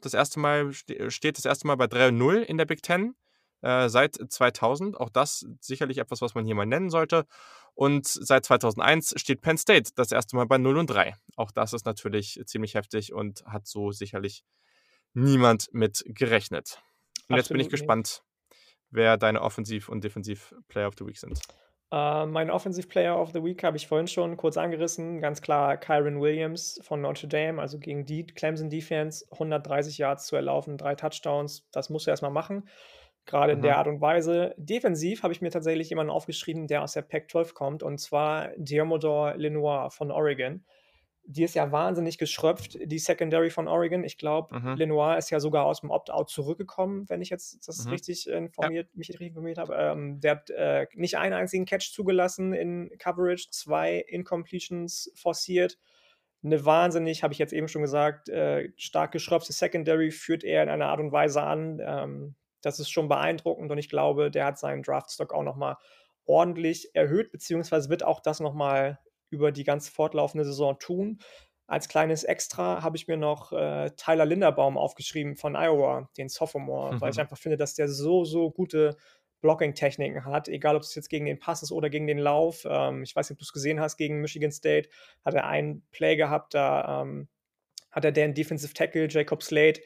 steht das erste Mal bei 3-0 in der Big Ten seit 2000. Auch das sicherlich etwas, was man hier mal nennen sollte. Und seit 2001 steht Penn State das erste Mal bei 0-3. Auch das ist natürlich ziemlich heftig und hat so sicherlich niemand mit gerechnet. Und jetzt bin ich Absolut nicht. gespannt, wer deine Offensiv- und Defensiv-Player of the Week sind. Mein Offensive Player of the Week habe ich vorhin schon kurz angerissen. Ganz klar Kyren Williams von Notre Dame, also gegen die Clemson Defense, 130 Yards zu erlaufen, 3 Touchdowns. Das musst du erst mal machen, gerade in Mhm. der Art und Weise. Defensiv habe ich mir tatsächlich jemanden aufgeschrieben, der aus der Pac-12 kommt, und zwar Diomodor Lenoir von Oregon. Die ist ja wahnsinnig geschröpft, die Secondary von Oregon. Ich glaube, Mhm. Lenoir ist ja sogar aus dem Opt-out zurückgekommen, wenn ich jetzt das Mhm. richtig Ja. richtig informiert habe. Der hat nicht einen einzigen Catch zugelassen in Coverage, 2 Incompletions forciert. Eine wahnsinnig, habe ich jetzt eben schon gesagt, stark geschröpfte Secondary führt er in einer Art und Weise an. Das ist schon beeindruckend und ich glaube, der hat seinen Draftstock auch nochmal ordentlich erhöht, beziehungsweise wird auch das nochmal über die ganz fortlaufende Saison tun. Als kleines Extra habe ich mir noch Tyler Linderbaum aufgeschrieben von Iowa, den Sophomore, weil ich einfach finde, dass der so gute Blocking-Techniken hat, egal ob es jetzt gegen den Pass ist oder gegen den Lauf. Ich weiß nicht, ob du es gesehen hast, gegen Michigan State hat er einen Play gehabt, da hat er den Defensive Tackle Jacob Slade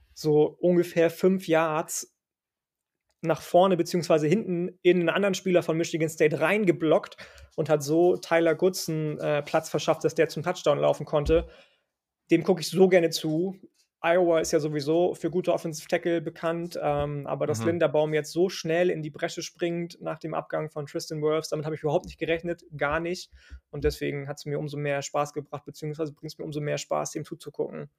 so ungefähr 5 Yards nach vorne beziehungsweise hinten in einen anderen Spieler von Michigan State reingeblockt und hat so Tyler Goodson Platz verschafft, dass der zum Touchdown laufen konnte. Dem gucke ich so gerne zu. Iowa ist ja sowieso für gute Offensive Tackle bekannt, aber dass Mhm. Linderbaum jetzt so schnell in die Bresche springt nach dem Abgang von Tristan Wirfs, damit habe ich überhaupt nicht gerechnet, gar nicht. Und deswegen hat es mir umso mehr Spaß gebracht, beziehungsweise bringt es mir umso mehr Spaß, dem zuzugucken.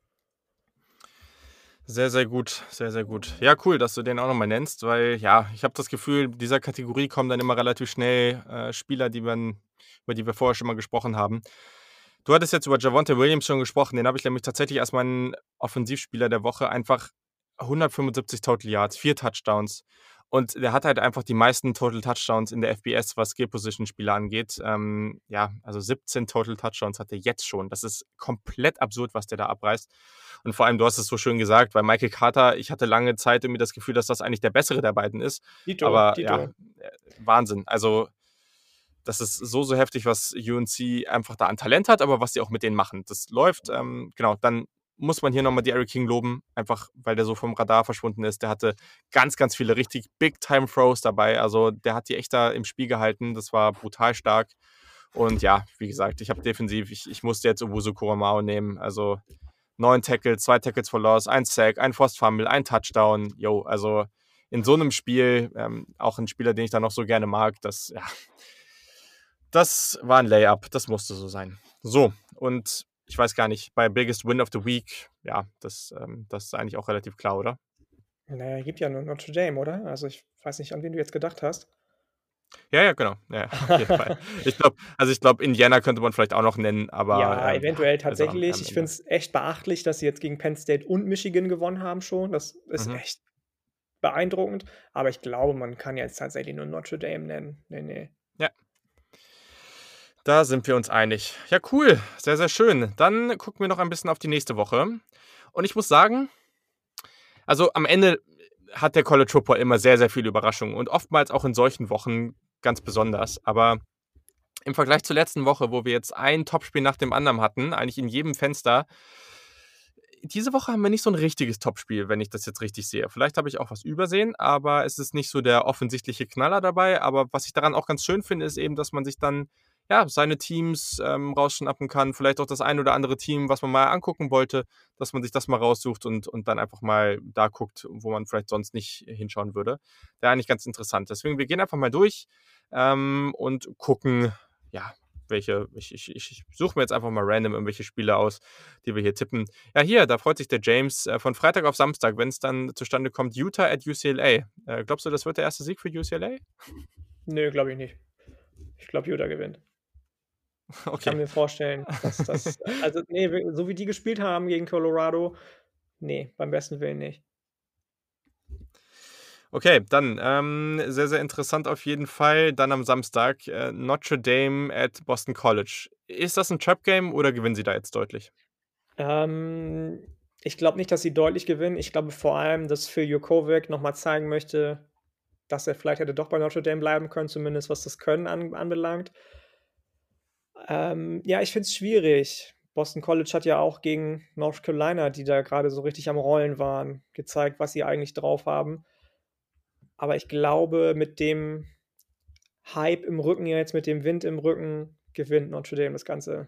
Sehr, sehr gut, sehr, sehr gut. Ja, cool, dass du den auch nochmal nennst, weil ja, ich habe das Gefühl, dieser Kategorie kommen dann immer relativ schnell Spieler, über die wir vorher schon mal gesprochen haben. Du hattest jetzt über Javonte Williams schon gesprochen, den habe ich nämlich tatsächlich als meinen Offensivspieler der Woche. Einfach 175 Total Yards, 4 Touchdowns. Und der hat halt einfach die meisten Total Touchdowns in der FBS, was Skill-Position-Spieler angeht. Ja, also 17 Total Touchdowns hat er jetzt schon. Das ist komplett absurd, was der da abreißt. Und vor allem, du hast es so schön gesagt, bei Michael Carter, ich hatte lange Zeit irgendwie das Gefühl, dass das eigentlich der bessere der beiden ist. Dito, Aber ja, Dito. Wahnsinn. Also das ist so heftig, was UNC einfach da an Talent hat, aber was sie auch mit denen machen. Das läuft. Genau, dann muss man hier nochmal die Eric King loben, einfach weil der so vom Radar verschwunden ist. Der hatte ganz, ganz viele richtig Big-Time-Throws dabei. Also der hat die echt da im Spiel gehalten. Das war brutal stark. Und ja, wie gesagt, ich habe defensiv, ich musste jetzt Owusu Koramoah nehmen. Also 9 Tackles, 2 Tackles for Loss, 1 Sack, 1 Forced Fumble, 1 Touchdown. Jo, also in so einem Spiel, auch ein Spieler, den ich da noch so gerne mag, das war ein Layup, das musste so sein. So, und ich weiß gar nicht, bei Biggest Win of the Week, ja, das ist eigentlich auch relativ klar, oder? Naja, gibt ja nur Notre Dame, oder? Also ich weiß nicht, an wen du jetzt gedacht hast. Ja, ja, genau. Ja, ja, auf jeden Fall. Ich glaube, Indiana könnte man vielleicht auch noch nennen, aber Ja, ja, eventuell also tatsächlich. am Ich finde Ende. es echt beachtlich, dass sie jetzt gegen Penn State und Michigan gewonnen haben schon. Das ist Mhm. echt beeindruckend, aber ich glaube, man kann jetzt tatsächlich nur Notre Dame nennen. Ne, ne. Ja, da sind wir uns einig. Ja, cool. Sehr, sehr schön. Dann gucken wir noch ein bisschen auf die nächste Woche. Und ich muss sagen, also am Ende hat der College Football immer sehr, sehr viele Überraschungen und oftmals auch in solchen Wochen ganz besonders. Aber im Vergleich zur letzten Woche, wo wir jetzt ein Topspiel nach dem anderen hatten, eigentlich in jedem Fenster, diese Woche haben wir nicht so ein richtiges Topspiel, wenn ich das jetzt richtig sehe. Vielleicht habe ich auch was übersehen, aber es ist nicht so der offensichtliche Knaller dabei. Aber was ich daran auch ganz schön finde, ist eben, dass man sich dann, ja, seine Teams, rausschnappen kann. Vielleicht auch das ein oder andere Team, was man mal angucken wollte, dass man sich das mal raussucht und dann einfach mal da guckt, wo man vielleicht sonst nicht hinschauen würde. Wäre eigentlich ganz interessant. Deswegen, wir gehen einfach mal durch, und gucken, ja, ich suche mir jetzt einfach mal random irgendwelche Spiele aus, die wir hier tippen. Ja, hier, da freut sich der James, von Freitag auf Samstag, wenn es dann zustande kommt, Utah at UCLA. Glaubst du, das wird der erste Sieg für UCLA? Nö, glaube ich nicht. Ich glaube, Utah gewinnt. Ich kann Okay. mir vorstellen, dass das also, ne, so wie die gespielt haben gegen Colorado, ne, beim besten Willen nicht. Okay, dann sehr, sehr interessant auf jeden Fall. Dann am Samstag Notre Dame at Boston College. Ist das ein Trap-Game oder gewinnen sie da jetzt deutlich? Ähm, Ich glaube nicht, dass sie deutlich gewinnen. Ich glaube vor allem, dass Phil Jurkovec noch mal zeigen möchte, dass er vielleicht hätte doch bei Notre Dame bleiben können, zumindest was das Können anbelangt. Ja, ich finde es schwierig. Boston College hat ja auch gegen North Carolina, die da grade so richtig am Rollen waren, gezeigt, was sie eigentlich drauf haben. Aber ich glaube, mit dem Hype im Rücken jetzt, mit dem Wind im Rücken, gewinnt Notre Dame das Ganze.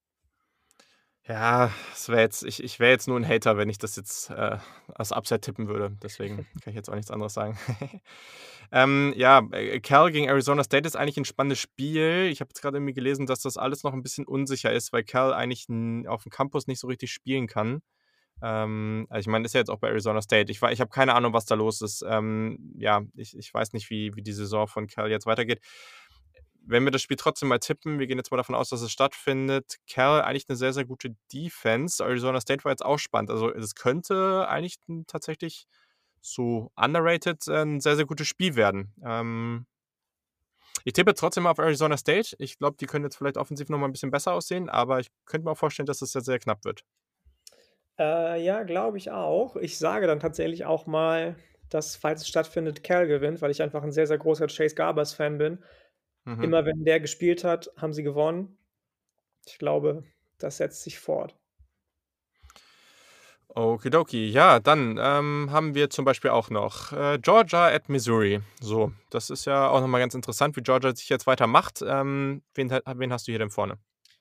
Ja, es wäre jetzt, ich wäre jetzt nur ein Hater, wenn ich das jetzt als Upset tippen würde. Deswegen kann ich jetzt auch nichts anderes sagen. Ja, Cal gegen Arizona State ist eigentlich ein spannendes Spiel. Ich habe jetzt gerade irgendwie gelesen, dass das alles noch ein bisschen unsicher ist, weil Cal eigentlich auf dem Campus nicht so richtig spielen kann. Also ich meine, ist ja jetzt auch bei Arizona State. Ich habe keine Ahnung, was da los ist. Ja, ich weiß nicht, wie die Saison von Cal jetzt weitergeht. Wenn wir das Spiel trotzdem mal tippen, wir gehen jetzt mal davon aus, dass es stattfindet. Cal eigentlich eine sehr, sehr gute Defense. Arizona State war jetzt auch spannend. Also es könnte eigentlich tatsächlich so underrated 'n sehr, sehr gutes Spiel werden. Ich tippe trotzdem mal auf Arizona State. Ich glaube, die können jetzt vielleicht offensiv noch mal 'n bisschen besser aussehen, aber ich könnte mir auch vorstellen, dass es sehr, sehr knapp wird. Ja, glaube ich auch. Ich sage dann tatsächlich auch mal, dass, falls es stattfindet, Cal gewinnt, weil ich einfach 'n sehr, sehr großer Chase Garbers-Fan bin. Mhm. Immer wenn der gespielt hat, haben sie gewonnen. Ich glaube, das setzt sich fort. Okidoki. Ja, dann, haben wir zum Beispiel auch noch, Georgia at Missouri. So, das ist ja auch noch mal ganz interessant, wie Georgia sich jetzt weitermacht. Wen hast du hier denn vorne?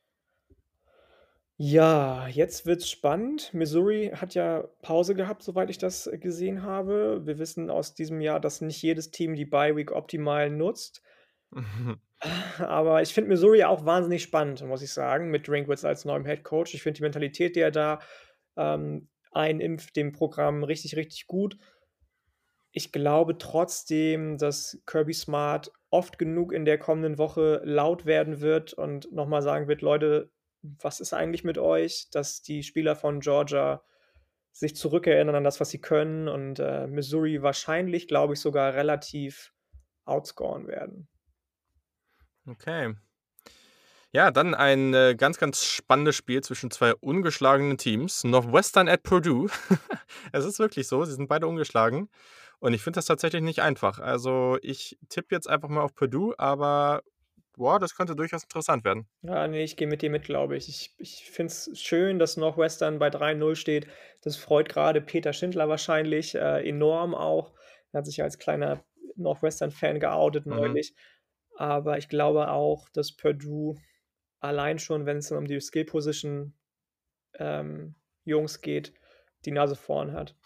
Ja, jetzt wird's spannend. Missouri hat ja Pause gehabt, soweit ich das gesehen habe. Wir wissen aus diesem Jahr, dass nicht jedes Team die Bye Week optimal nutzt. Aber ich finde Missouri auch wahnsinnig spannend, muss ich sagen, mit Drinkwitz als neuem Head Coach. Ich finde die Mentalität, die er da, einimpft, dem Programm richtig, richtig gut. Ich glaube trotzdem, dass Kirby Smart oft genug in der kommenden Woche laut werden wird und noch mal sagen wird: „Leute, was ist eigentlich mit euch?“ Dass die Spieler von Georgia sich zurückerinnern an das, was sie können und, Missouri wahrscheinlich, glaube ich, sogar relativ outscoren werden. Okay. Ja, dann ein, ganz, ganz spannendes Spiel zwischen 2 ungeschlagenen Teams. Northwestern at Purdue. Es ist wirklich so, sie sind beide ungeschlagen und ich finde das tatsächlich nicht einfach. Also, ich tippe jetzt einfach mal auf Purdue, aber, boah, das könnte durchaus interessant werden. Ja, ne, ich gehe mit dir mit, glaube ich. Ich finde es schön, dass Northwestern bei 3:0 steht. Das freut grade Peter Schindler wahrscheinlich, enorm auch. Er hat sich ja als kleiner Northwestern-Fan geoutet Mhm. neulich. Aber ich glaube auch, dass Purdue allein schon, wenn's dann um die Skill Position, Jungs geht, die Nase vorn hat.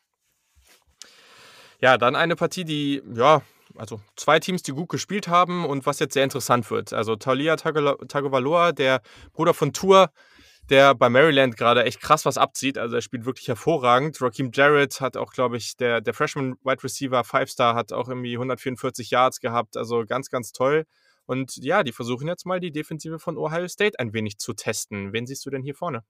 Ja, dann eine Partie, die ja, also 2 Teams, die gut gespielt haben und was jetzt sehr interessant wird. Also, Taulia Tagovailoa, der Bruder von Tua, der bei Maryland gerade echt krass was abzieht. Also, er spielt wirklich hervorragend. Raheem Jarrett hat auch, glaube ich, der Freshman Wide Receiver Five-Star hat auch irgendwie 144 Yards gehabt. Also, ganz, ganz toll. Und ja, die versuchen jetzt mal die Defensive von Ohio State ein wenig zu testen. Wen siehst du denn hier vorne?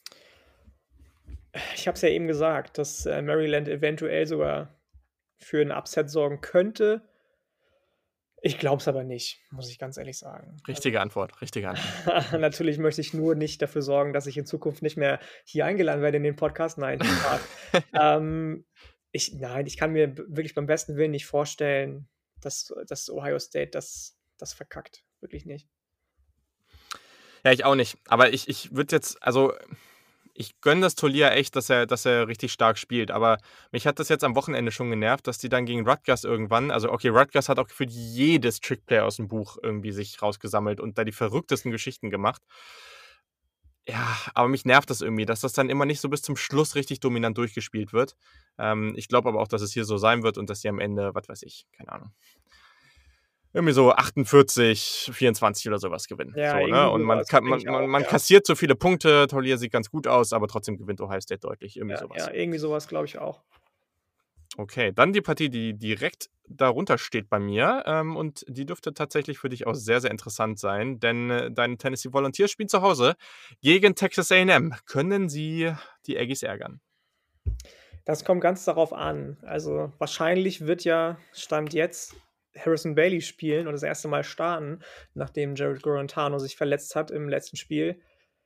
Ich habe es ja eben gesagt, dass, Maryland eventuell sogar für 'n Upset sorgen könnte. Ich glaube es aber nicht, muss ich ganz ehrlich sagen. Richtige Antwort, richtige Antwort. Natürlich möchte ich nur nicht dafür sorgen, dass ich in Zukunft nicht mehr hier eingeladen werde in den Podcast. Nein, Spaß. Ähm, Nein, ich kann mir wirklich beim besten Willen nicht vorstellen, dass Ohio State das verkackt. Wirklich nicht. Ja, ich auch nicht. Aber ich würde jetzt, also ich gönne das Taulia echt, dass er richtig stark spielt. Aber mich hat das jetzt am Wochenende schon genervt, dass die dann gegen Rutgers irgendwann, also okay, Rutgers hat auch für jedes Trickplay aus dem Buch irgendwie sich rausgesammelt und da die verrücktesten Geschichten gemacht. Ja, aber mich nervt das irgendwie, dass das dann immer nicht so bis zum Schluss richtig dominant durchgespielt wird. Ich glaube aber auch, dass es hier so sein wird und dass sie am Ende, was weiß ich, keine Ahnung, irgendwie so 48, 24 oder sowas gewinnen. Ja, So, ne? irgendwie Und so man, was, kann, denke man, ich man, auch, man ja. kassiert so viele Punkte, Taulia sieht ganz gut aus, aber trotzdem gewinnt Ohio State deutlich. Irgendwie Ja, sowas. irgendwie so was glaube ich auch. Okay, dann die Partie, die direkt darunter steht bei mir. Und die dürfte tatsächlich für dich auch sehr, sehr interessant sein, denn deine Tennessee Volunteers spielen zu Hause gegen Texas A&M. Können sie die Aggies ärgern? Das kommt ganz darauf an. Also, wahrscheinlich wird ja Stand jetzt Harrison Bailey spielen und das erste Mal starten, nachdem Jared Guarantano sich verletzt hat im letzten Spiel.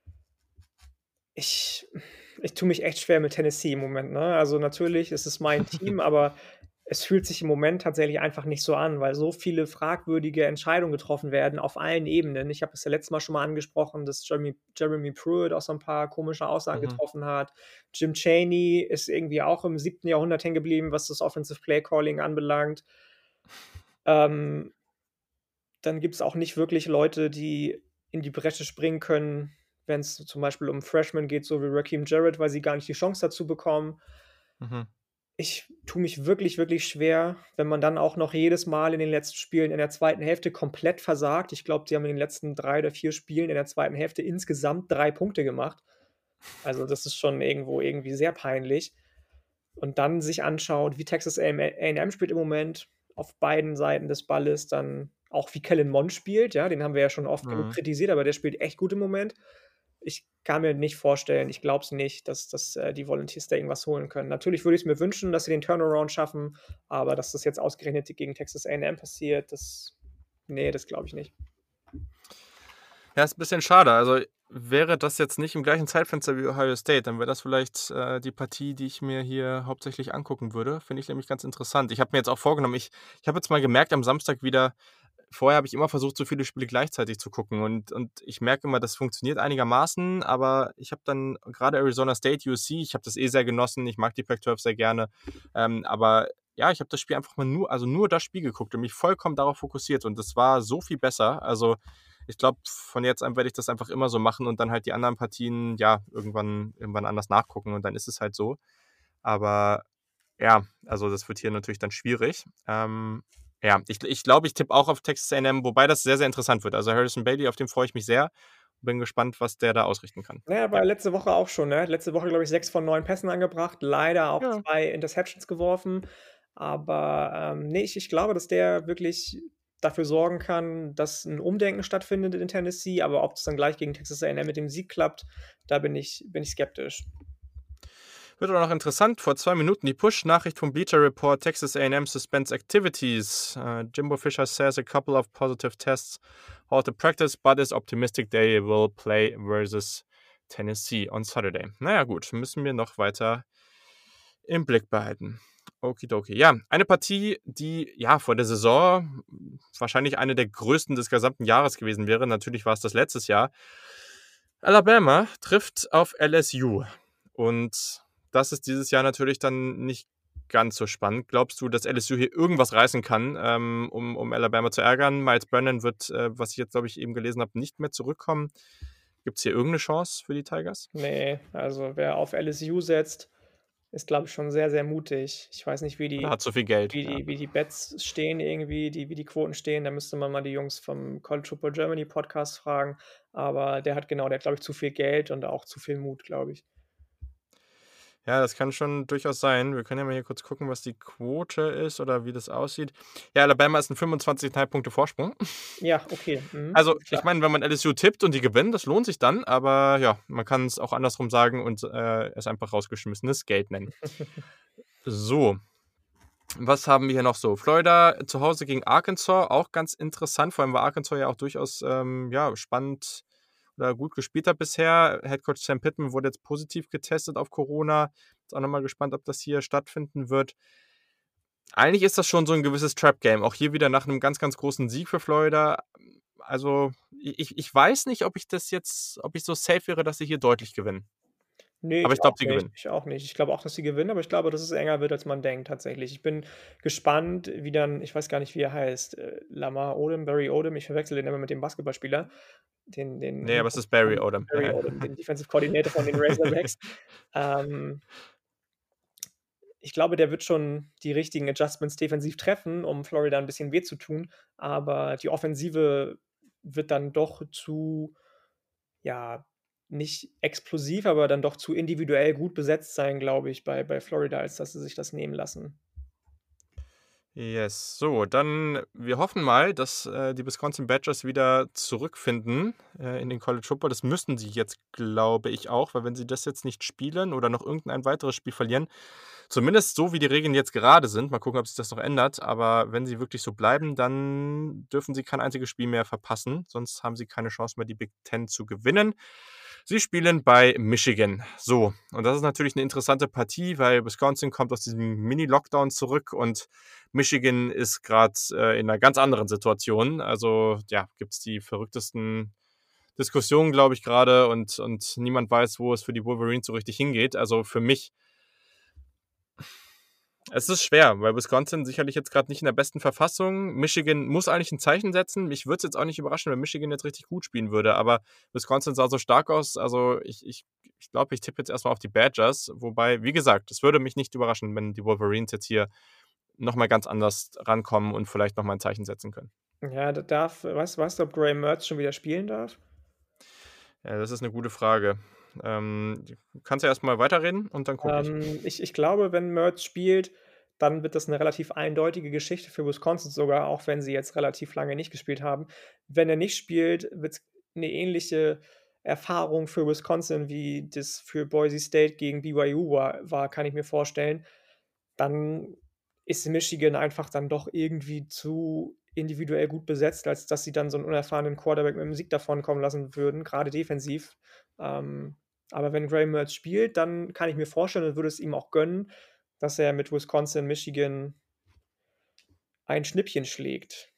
Ich ich tue mich echt schwer mit Tennessee im Moment, ne? Also, natürlich ist es mein Team, aber es fühlt sich im Moment tatsächlich einfach nicht so an, weil so viele fragwürdige Entscheidungen getroffen werden auf allen Ebenen. Ich habe es ja letztes Mal schon mal angesprochen, dass Jeremy Pruitt auch so 'n paar komische Aussagen Mhm. getroffen hat. Jim Chaney ist irgendwie auch im 7. Jahrhundert hängen geblieben, was das Offensive Play Calling anbelangt. Ähm, Dann gibt's auch nicht wirklich Leute, die in die Bresche springen können, wenn's zum Beispiel um Freshmen geht, so wie Raheem Jarrett, weil sie gar nicht die Chance dazu bekommen. Mhm. Ich tue mich wirklich, wirklich schwer, wenn man dann auch noch jedes Mal in den letzten Spielen in der zweiten Hälfte komplett versagt. Ich glaube, sie haben in den letzten 3 oder 4 Spielen in der zweiten Hälfte insgesamt 3 Punkte gemacht. Also, das ist schon irgendwo irgendwie sehr peinlich. Und dann sich anschaut, wie Texas A&M spielt im Moment auf beiden Seiten des Balles, dann auch wie Kellen Mond spielt, ja, den haben wir ja schon oft genug Mhm. kritisiert, aber der spielt echt gut im Moment. Ich kann mir nicht vorstellen, ich glaube es nicht, dass die Volunteers da irgendwas holen können. Natürlich würde ich's mir wünschen, dass sie den Turnaround schaffen, aber dass das jetzt ausgerechnet gegen Texas A&M passiert, das glaube ich nicht. Ja, ist ein bisschen schade. Also wäre das jetzt nicht im gleichen Zeitfenster wie Ohio State, dann wäre das vielleicht die Partie, die ich mir hier hauptsächlich angucken würde. Finde ich nämlich ganz interessant. Ich habe mir jetzt auch vorgenommen, ich habe jetzt mal gemerkt am Samstag wieder, vorher habe ich immer versucht, so viele Spiele gleichzeitig zu gucken und ich merke immer, das funktioniert einigermaßen, aber ich habe dann gerade Arizona State, USC, ich habe das eh sehr genossen, ich mag die Pac-12 sehr gerne, aber ja, ich habe das Spiel einfach mal nur das Spiel geguckt und mich vollkommen darauf fokussiert und das war so viel besser. Also ich glaube, von jetzt an werde ich das einfach immer so machen und dann halt die anderen Partien, ja, irgendwann anders nachgucken und dann ist es halt so. Aber ja, also das wird hier natürlich dann schwierig. Ja, ich glaube, ich tippe auch auf Texas A&M, wobei das sehr, sehr interessant wird. Also Harrison Bailey, auf den freue ich mich sehr. Bin gespannt, was der da ausrichten kann. Na ja, Ja. war letzte Woche auch schon, ne? Letzte Woche, glaube ich, 6 von 9 Pässen angebracht, leider auch Ja. 2 Interceptions geworfen. Aber, ne, ich glaube, dass der wirklich dafür sorgen kann, dass 'n Umdenken stattfindet in Tennessee, aber ob das dann gleich gegen Texas A&M mit dem Sieg klappt, da bin ich skeptisch. Wird auch noch interessant. Vor 2 Minuten die Push-Nachricht vom Bleacher Report. Texas A&M suspends activities. Jimbo Fisher says a couple of positive tests halted practice, but is optimistic they will play versus Tennessee on Saturday. Naja gut, müssen wir noch weiter im Blick behalten. Okidoki. Ja, eine Partie, die ja vor der Saison wahrscheinlich eine der größten des gesamten Jahres gewesen wäre. Natürlich war es das letztes Jahr. Alabama trifft auf LSU. Und das ist dieses Jahr natürlich dann nicht ganz so spannend. Glaubst du, dass LSU hier irgendwas reißen kann, um Alabama zu ärgern? Miles Brennan wird, was ich jetzt, glaube ich, eben gelesen habe, nicht mehr zurückkommen. Gibt es hier irgendeine Chance für die Tigers? Ne, also wer auf LSU setzt, ist, glaube ich, schon sehr, sehr mutig. Ich weiß nicht, Oder hat so viel Geld? Ja. wie die Bets stehen irgendwie, wie die Quoten stehen. Da müsste man mal die Jungs vom College Football Germany Podcast fragen. Aber der hat, glaube ich, zu viel Geld und auch zu viel Mut, glaube ich. Ja, das kann schon durchaus sein. Wir können ja mal hier kurz gucken, was die Quote ist oder wie das aussieht. Ja, Alabama ist ein 25,5 Punkte Vorsprung. Ja, okay, mhm, Also, ich klar. meine, wenn man LSU tippt und die gewinnen, das lohnt sich dann, aber ja, man kann es auch andersrum sagen und es einfach rausgeschmissenes Geld nennen. So, was haben wir hier noch so? Florida zu Hause gegen Arkansas, auch ganz interessant, vor allem war Arkansas ja auch durchaus ja, spannend oder gut gespielt hat bisher. Headcoach Sam Pittman wurde jetzt positiv getestet auf Corona. Jetzt auch nochmal gespannt, ob das hier stattfinden wird. Eigentlich ist das schon so ein gewisses Trap-Game. Auch hier wieder nach einem ganz, ganz großen Sieg für Florida. Also ich weiß nicht, ob ich so safe wäre, dass sie hier deutlich gewinnen. Ne, Aber ich ich glaube, auch sie nicht. gewinnen. Ich auch nicht. Ich glaube auch, dass sie gewinnen, aber ich glaube, dass es enger wird, als man denkt tatsächlich. Ich bin gespannt, wie dann ich weiß gar nicht, wie er heißt, Lamar Odom, Barry Odom, ich verwechsel den immer mit dem Basketballspieler, den Ne, aber es ist Barry Odom. Ja, Barry ja. Odom, den Defensive Coordinator von den Razorbacks. Ähm, Ich glaube, der wird schon die richtigen Adjustments defensiv treffen, um Florida 'n bisschen weh zu tun, aber die Offensive wird dann doch zu, ja, nicht explosiv, aber dann doch zu individuell gut besetzt sein, glaube ich, bei Florida, als dass sie sich das nehmen lassen. Yes. So, dann wir hoffen mal, dass, die Wisconsin Badgers wieder zurückfinden, in den College Football. Das müssten sie jetzt, glaube ich auch, weil wenn sie das jetzt nicht spielen oder noch irgendein weiteres Spiel verlieren, zumindest so, wie die Regeln jetzt gerade sind, mal gucken, ob sich das noch ändert, aber wenn sie wirklich so bleiben, dann dürfen sie kein einziges Spiel mehr verpassen, sonst haben sie keine Chance mehr, die Big Ten zu gewinnen. Sie spielen bei Michigan. So, und das ist natürlich eine interessante Partie, weil Wisconsin kommt aus diesem Mini-Lockdown zurück und Michigan ist gerade in einer ganz anderen Situation. Also, ja, gibt's die verrücktesten Diskussionen, glaube ich, gerade und niemand weiß, wo es für die Wolverines so richtig hingeht. Also, für mich es ist schwer, weil Wisconsin sicherlich jetzt gerade nicht in der besten Verfassung. Michigan muss eigentlich ein Zeichen setzen. Mich würde es jetzt auch nicht überraschen, wenn Michigan jetzt richtig gut spielen würde, aber Wisconsin sah so stark aus. Also, ich glaube, ich tippe jetzt erstmal auf die Badgers, wobei, wie gesagt, es würde mich nicht überraschen, wenn die Wolverines jetzt hier noch mal ganz anders rankommen und vielleicht noch mal 'n Zeichen setzen können. Ja, da darf weißt du, ob Graham Mertz schon wieder spielen darf? Ja, das ist eine gute Frage. Du kannst ja erst mal weiterreden und dann gucke ich. Ich glaube, wenn Mertz spielt, dann wird das 'ne relativ eindeutige Geschichte für Wisconsin sogar, auch wenn sie jetzt relativ lange nicht gespielt haben. Wenn er nicht spielt, wird's 'ne ähnliche Erfahrung für Wisconsin, wie das für Boise State gegen BYU war, kann ich mir vorstellen. Dann ist Michigan einfach dann doch irgendwie zu individuell gut besetzt, als dass sie dann so 'n unerfahrenen Quarterback mit 'm Sieg davonkommen lassen würden, grade defensiv. Ähm, aber wenn Graham Mertz spielt, dann kann ich mir vorstellen und würde es ihm auch gönnen, dass er mit Wisconsin, Michigan ein Schnippchen schlägt.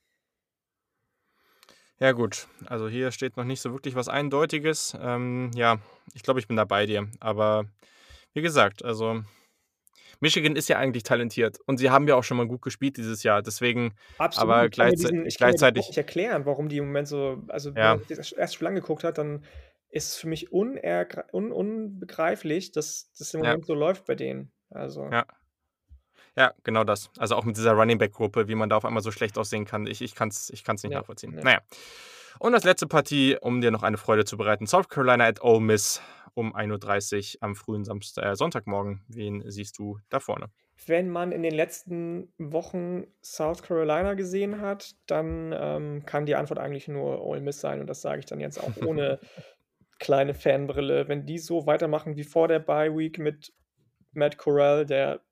Ja gut, also hier steht noch nicht so wirklich was Eindeutiges. Ja, ich glaube, ich bin da bei dir. Aber wie gesagt, also Michigan ist ja eigentlich talentiert und sie haben ja auch schon mal gut gespielt dieses Jahr. Deswegen Absolut, aber ich kann mir das auch gleichzeitig nicht erklären, warum die im Moment so also, wenn ja, man sich das erste Spiel angeguckt hat, dann ist es für mich unbegreiflich, dass das im ja, Moment so läuft bei denen. Also, ja, ja, genau das. Also auch mit dieser Running-Back-Gruppe, wie man da auf einmal so schlecht aussehen kann. Ich kann's nicht ne, nachvollziehen. ne. Na ja. Und als letzte Partie, um dir noch eine Freude zu bereiten, South Carolina at Ole Miss um 1:30 am frühen Sonntagmorgen. Wen siehst du da vorne? Wenn man in den letzten Wochen South Carolina gesehen hat, dann, kann die Antwort eigentlich nur Ole Miss sein und das sage ich dann jetzt auch ohne kleine Fanbrille. Wenn die so weitermachen wie vor der Bye Week mit Matt Corral, der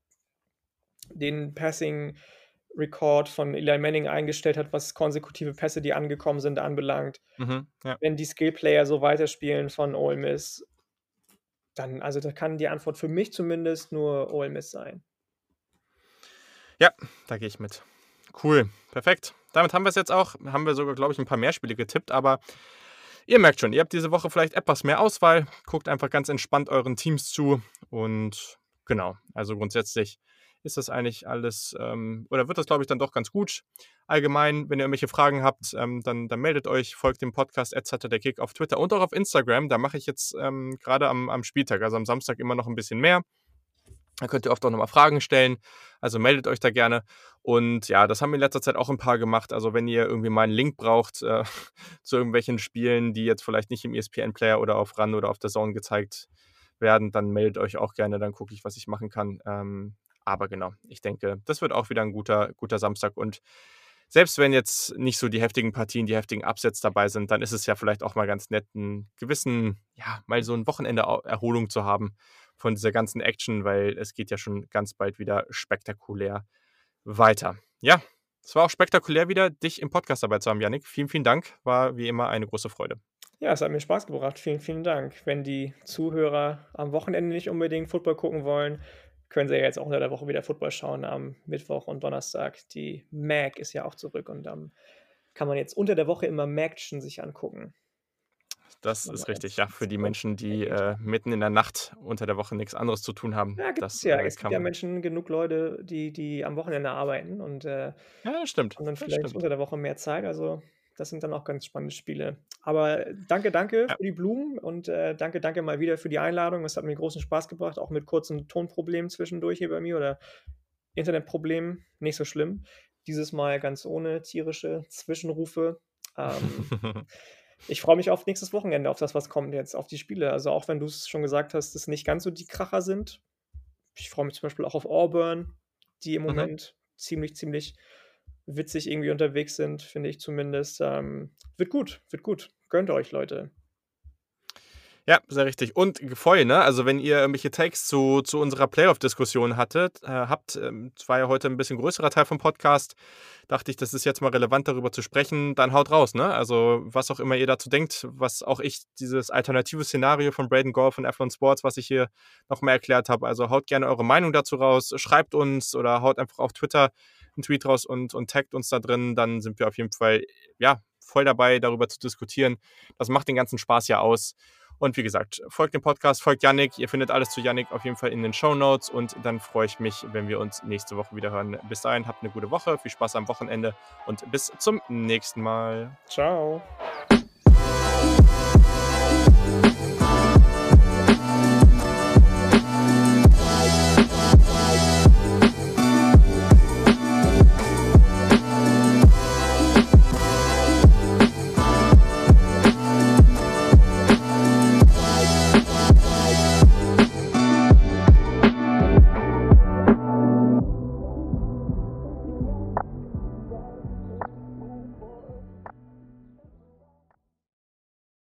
den Passing Rekord von Eli Manning eingestellt hat, was konsekutive Pässe, die angekommen sind, anbelangt. Mhm, ja. Wenn die Skillplayer so weiterspielen von Ole Miss, dann also, da kann die Antwort für mich zumindest nur Ole Miss sein. Ja, da gehe ich mit. Cool, perfekt. Damit haben wir es jetzt auch. Haben wir sogar, glaube ich, ein paar mehr Spiele getippt, aber ihr merkt schon, ihr habt diese Woche vielleicht etwas mehr Auswahl. Guckt einfach ganz entspannt euren Teams zu und genau, also grundsätzlich ist das eigentlich alles, oder wird das, glaube ich, dann doch ganz gut. Allgemein, wenn ihr irgendwelche Fragen habt, dann meldet euch, folgt dem Podcast @SaturdayKick auf Twitter und auch auf Instagram. Da mache ich jetzt, grade am Spieltag, also am Samstag immer noch ein bisschen mehr. Da könnt ihr oft auch noch mal Fragen stellen. Also meldet euch da gerne. Und ja, das haben wir in letzter Zeit auch ein paar gemacht. Also wenn ihr irgendwie mal einen Link braucht zu irgendwelchen Spielen, die jetzt vielleicht nicht im ESPN-Player oder auf RAN oder auf der Zone gezeigt werden, dann meldet euch auch gerne. Dann gucke ich, was ich machen kann. Aber genau, ich denke, das wird auch wieder ein guter Samstag. Und selbst wenn jetzt nicht so die heftigen Partien, die heftigen Upsets dabei sind, dann ist es ja vielleicht auch mal ganz nett, einen gewissen, ja, mal so ein Wochenende Erholung zu haben von dieser ganzen Action, weil es geht ja schon ganz bald wieder spektakulär weiter. Ja, es war auch spektakulär wieder, dich im Podcast dabei zu haben, Yannick. Vielen, vielen Dank. War wie immer eine große Freude. Ja, es hat mir Spaß gebracht. Vielen, vielen Dank. Wenn die Zuhörer am Wochenende nicht unbedingt Football gucken wollen, können sie ja jetzt auch unter der Woche wieder Football schauen am Mittwoch und Donnerstag. Die MAC ist ja auch zurück und kann man jetzt unter der Woche immer MACtion sich angucken. Das Noch mal ist ganz richtig, ja, für kurz die und Menschen, die erwähnt. mitten in der Nacht unter der Woche nichts anderes zu tun haben. Ja, gibt es Das ja. Es gibt kann ja man. Menschen genug Leute, die am Wochenende arbeiten und, Ja, das stimmt. haben dann Das vielleicht stimmt. unter der Woche mehr Zeit. Also, das sind dann auch ganz spannende Spiele. Aber danke, danke Ja. für die Blumen und, danke, danke mal wieder für die Einladung. Es hat mir großen Spaß gebracht, auch mit kurzen Tonproblemen zwischendurch hier bei mir oder Internetproblemen, nicht so schlimm. Dieses Mal ganz ohne tierische Zwischenrufe. Ähm, Ich freue mich auf nächstes Wochenende, auf das, was kommt jetzt, auf die Spiele. Also, auch wenn du es schon gesagt hast, dass nicht ganz so die Kracher sind. Ich freue mich zum Beispiel auch auf Auburn, die im Mhm. Moment ziemlich, ziemlich witzig irgendwie unterwegs sind, finde ich zumindest. Wird gut, wird gut. Gönnt euch, Leute. Ja, sehr richtig. Und Gefeu, ne? Also, wenn ihr irgendwelche Takes zu unserer Playoff-Diskussion habt, es war ja heute ein bisschen größerer Teil vom Podcast, dachte ich, das ist jetzt mal relevant, darüber zu sprechen, dann haut raus, ne? Also, was auch immer ihr dazu denkt, was auch ich dieses alternative Szenario von Braden Golf und Athlon Sports, was ich hier noch mal erklärt habe. Also, haut gerne eure Meinung dazu raus, schreibt uns oder haut einfach auf Twitter einen Tweet raus und taggt uns da drin. Dann sind wir auf jeden Fall, ja, voll dabei, darüber zu diskutieren. Das macht den ganzen Spaß ja aus. Und wie gesagt, folgt dem Podcast, folgt Yannick. Ihr findet alles zu Yannick auf jeden Fall in den Shownotes. Und dann freue ich mich, wenn wir uns nächste Woche wieder hören. Bis dahin, habt eine gute Woche, viel Spaß am Wochenende und bis zum nächsten Mal. Ciao.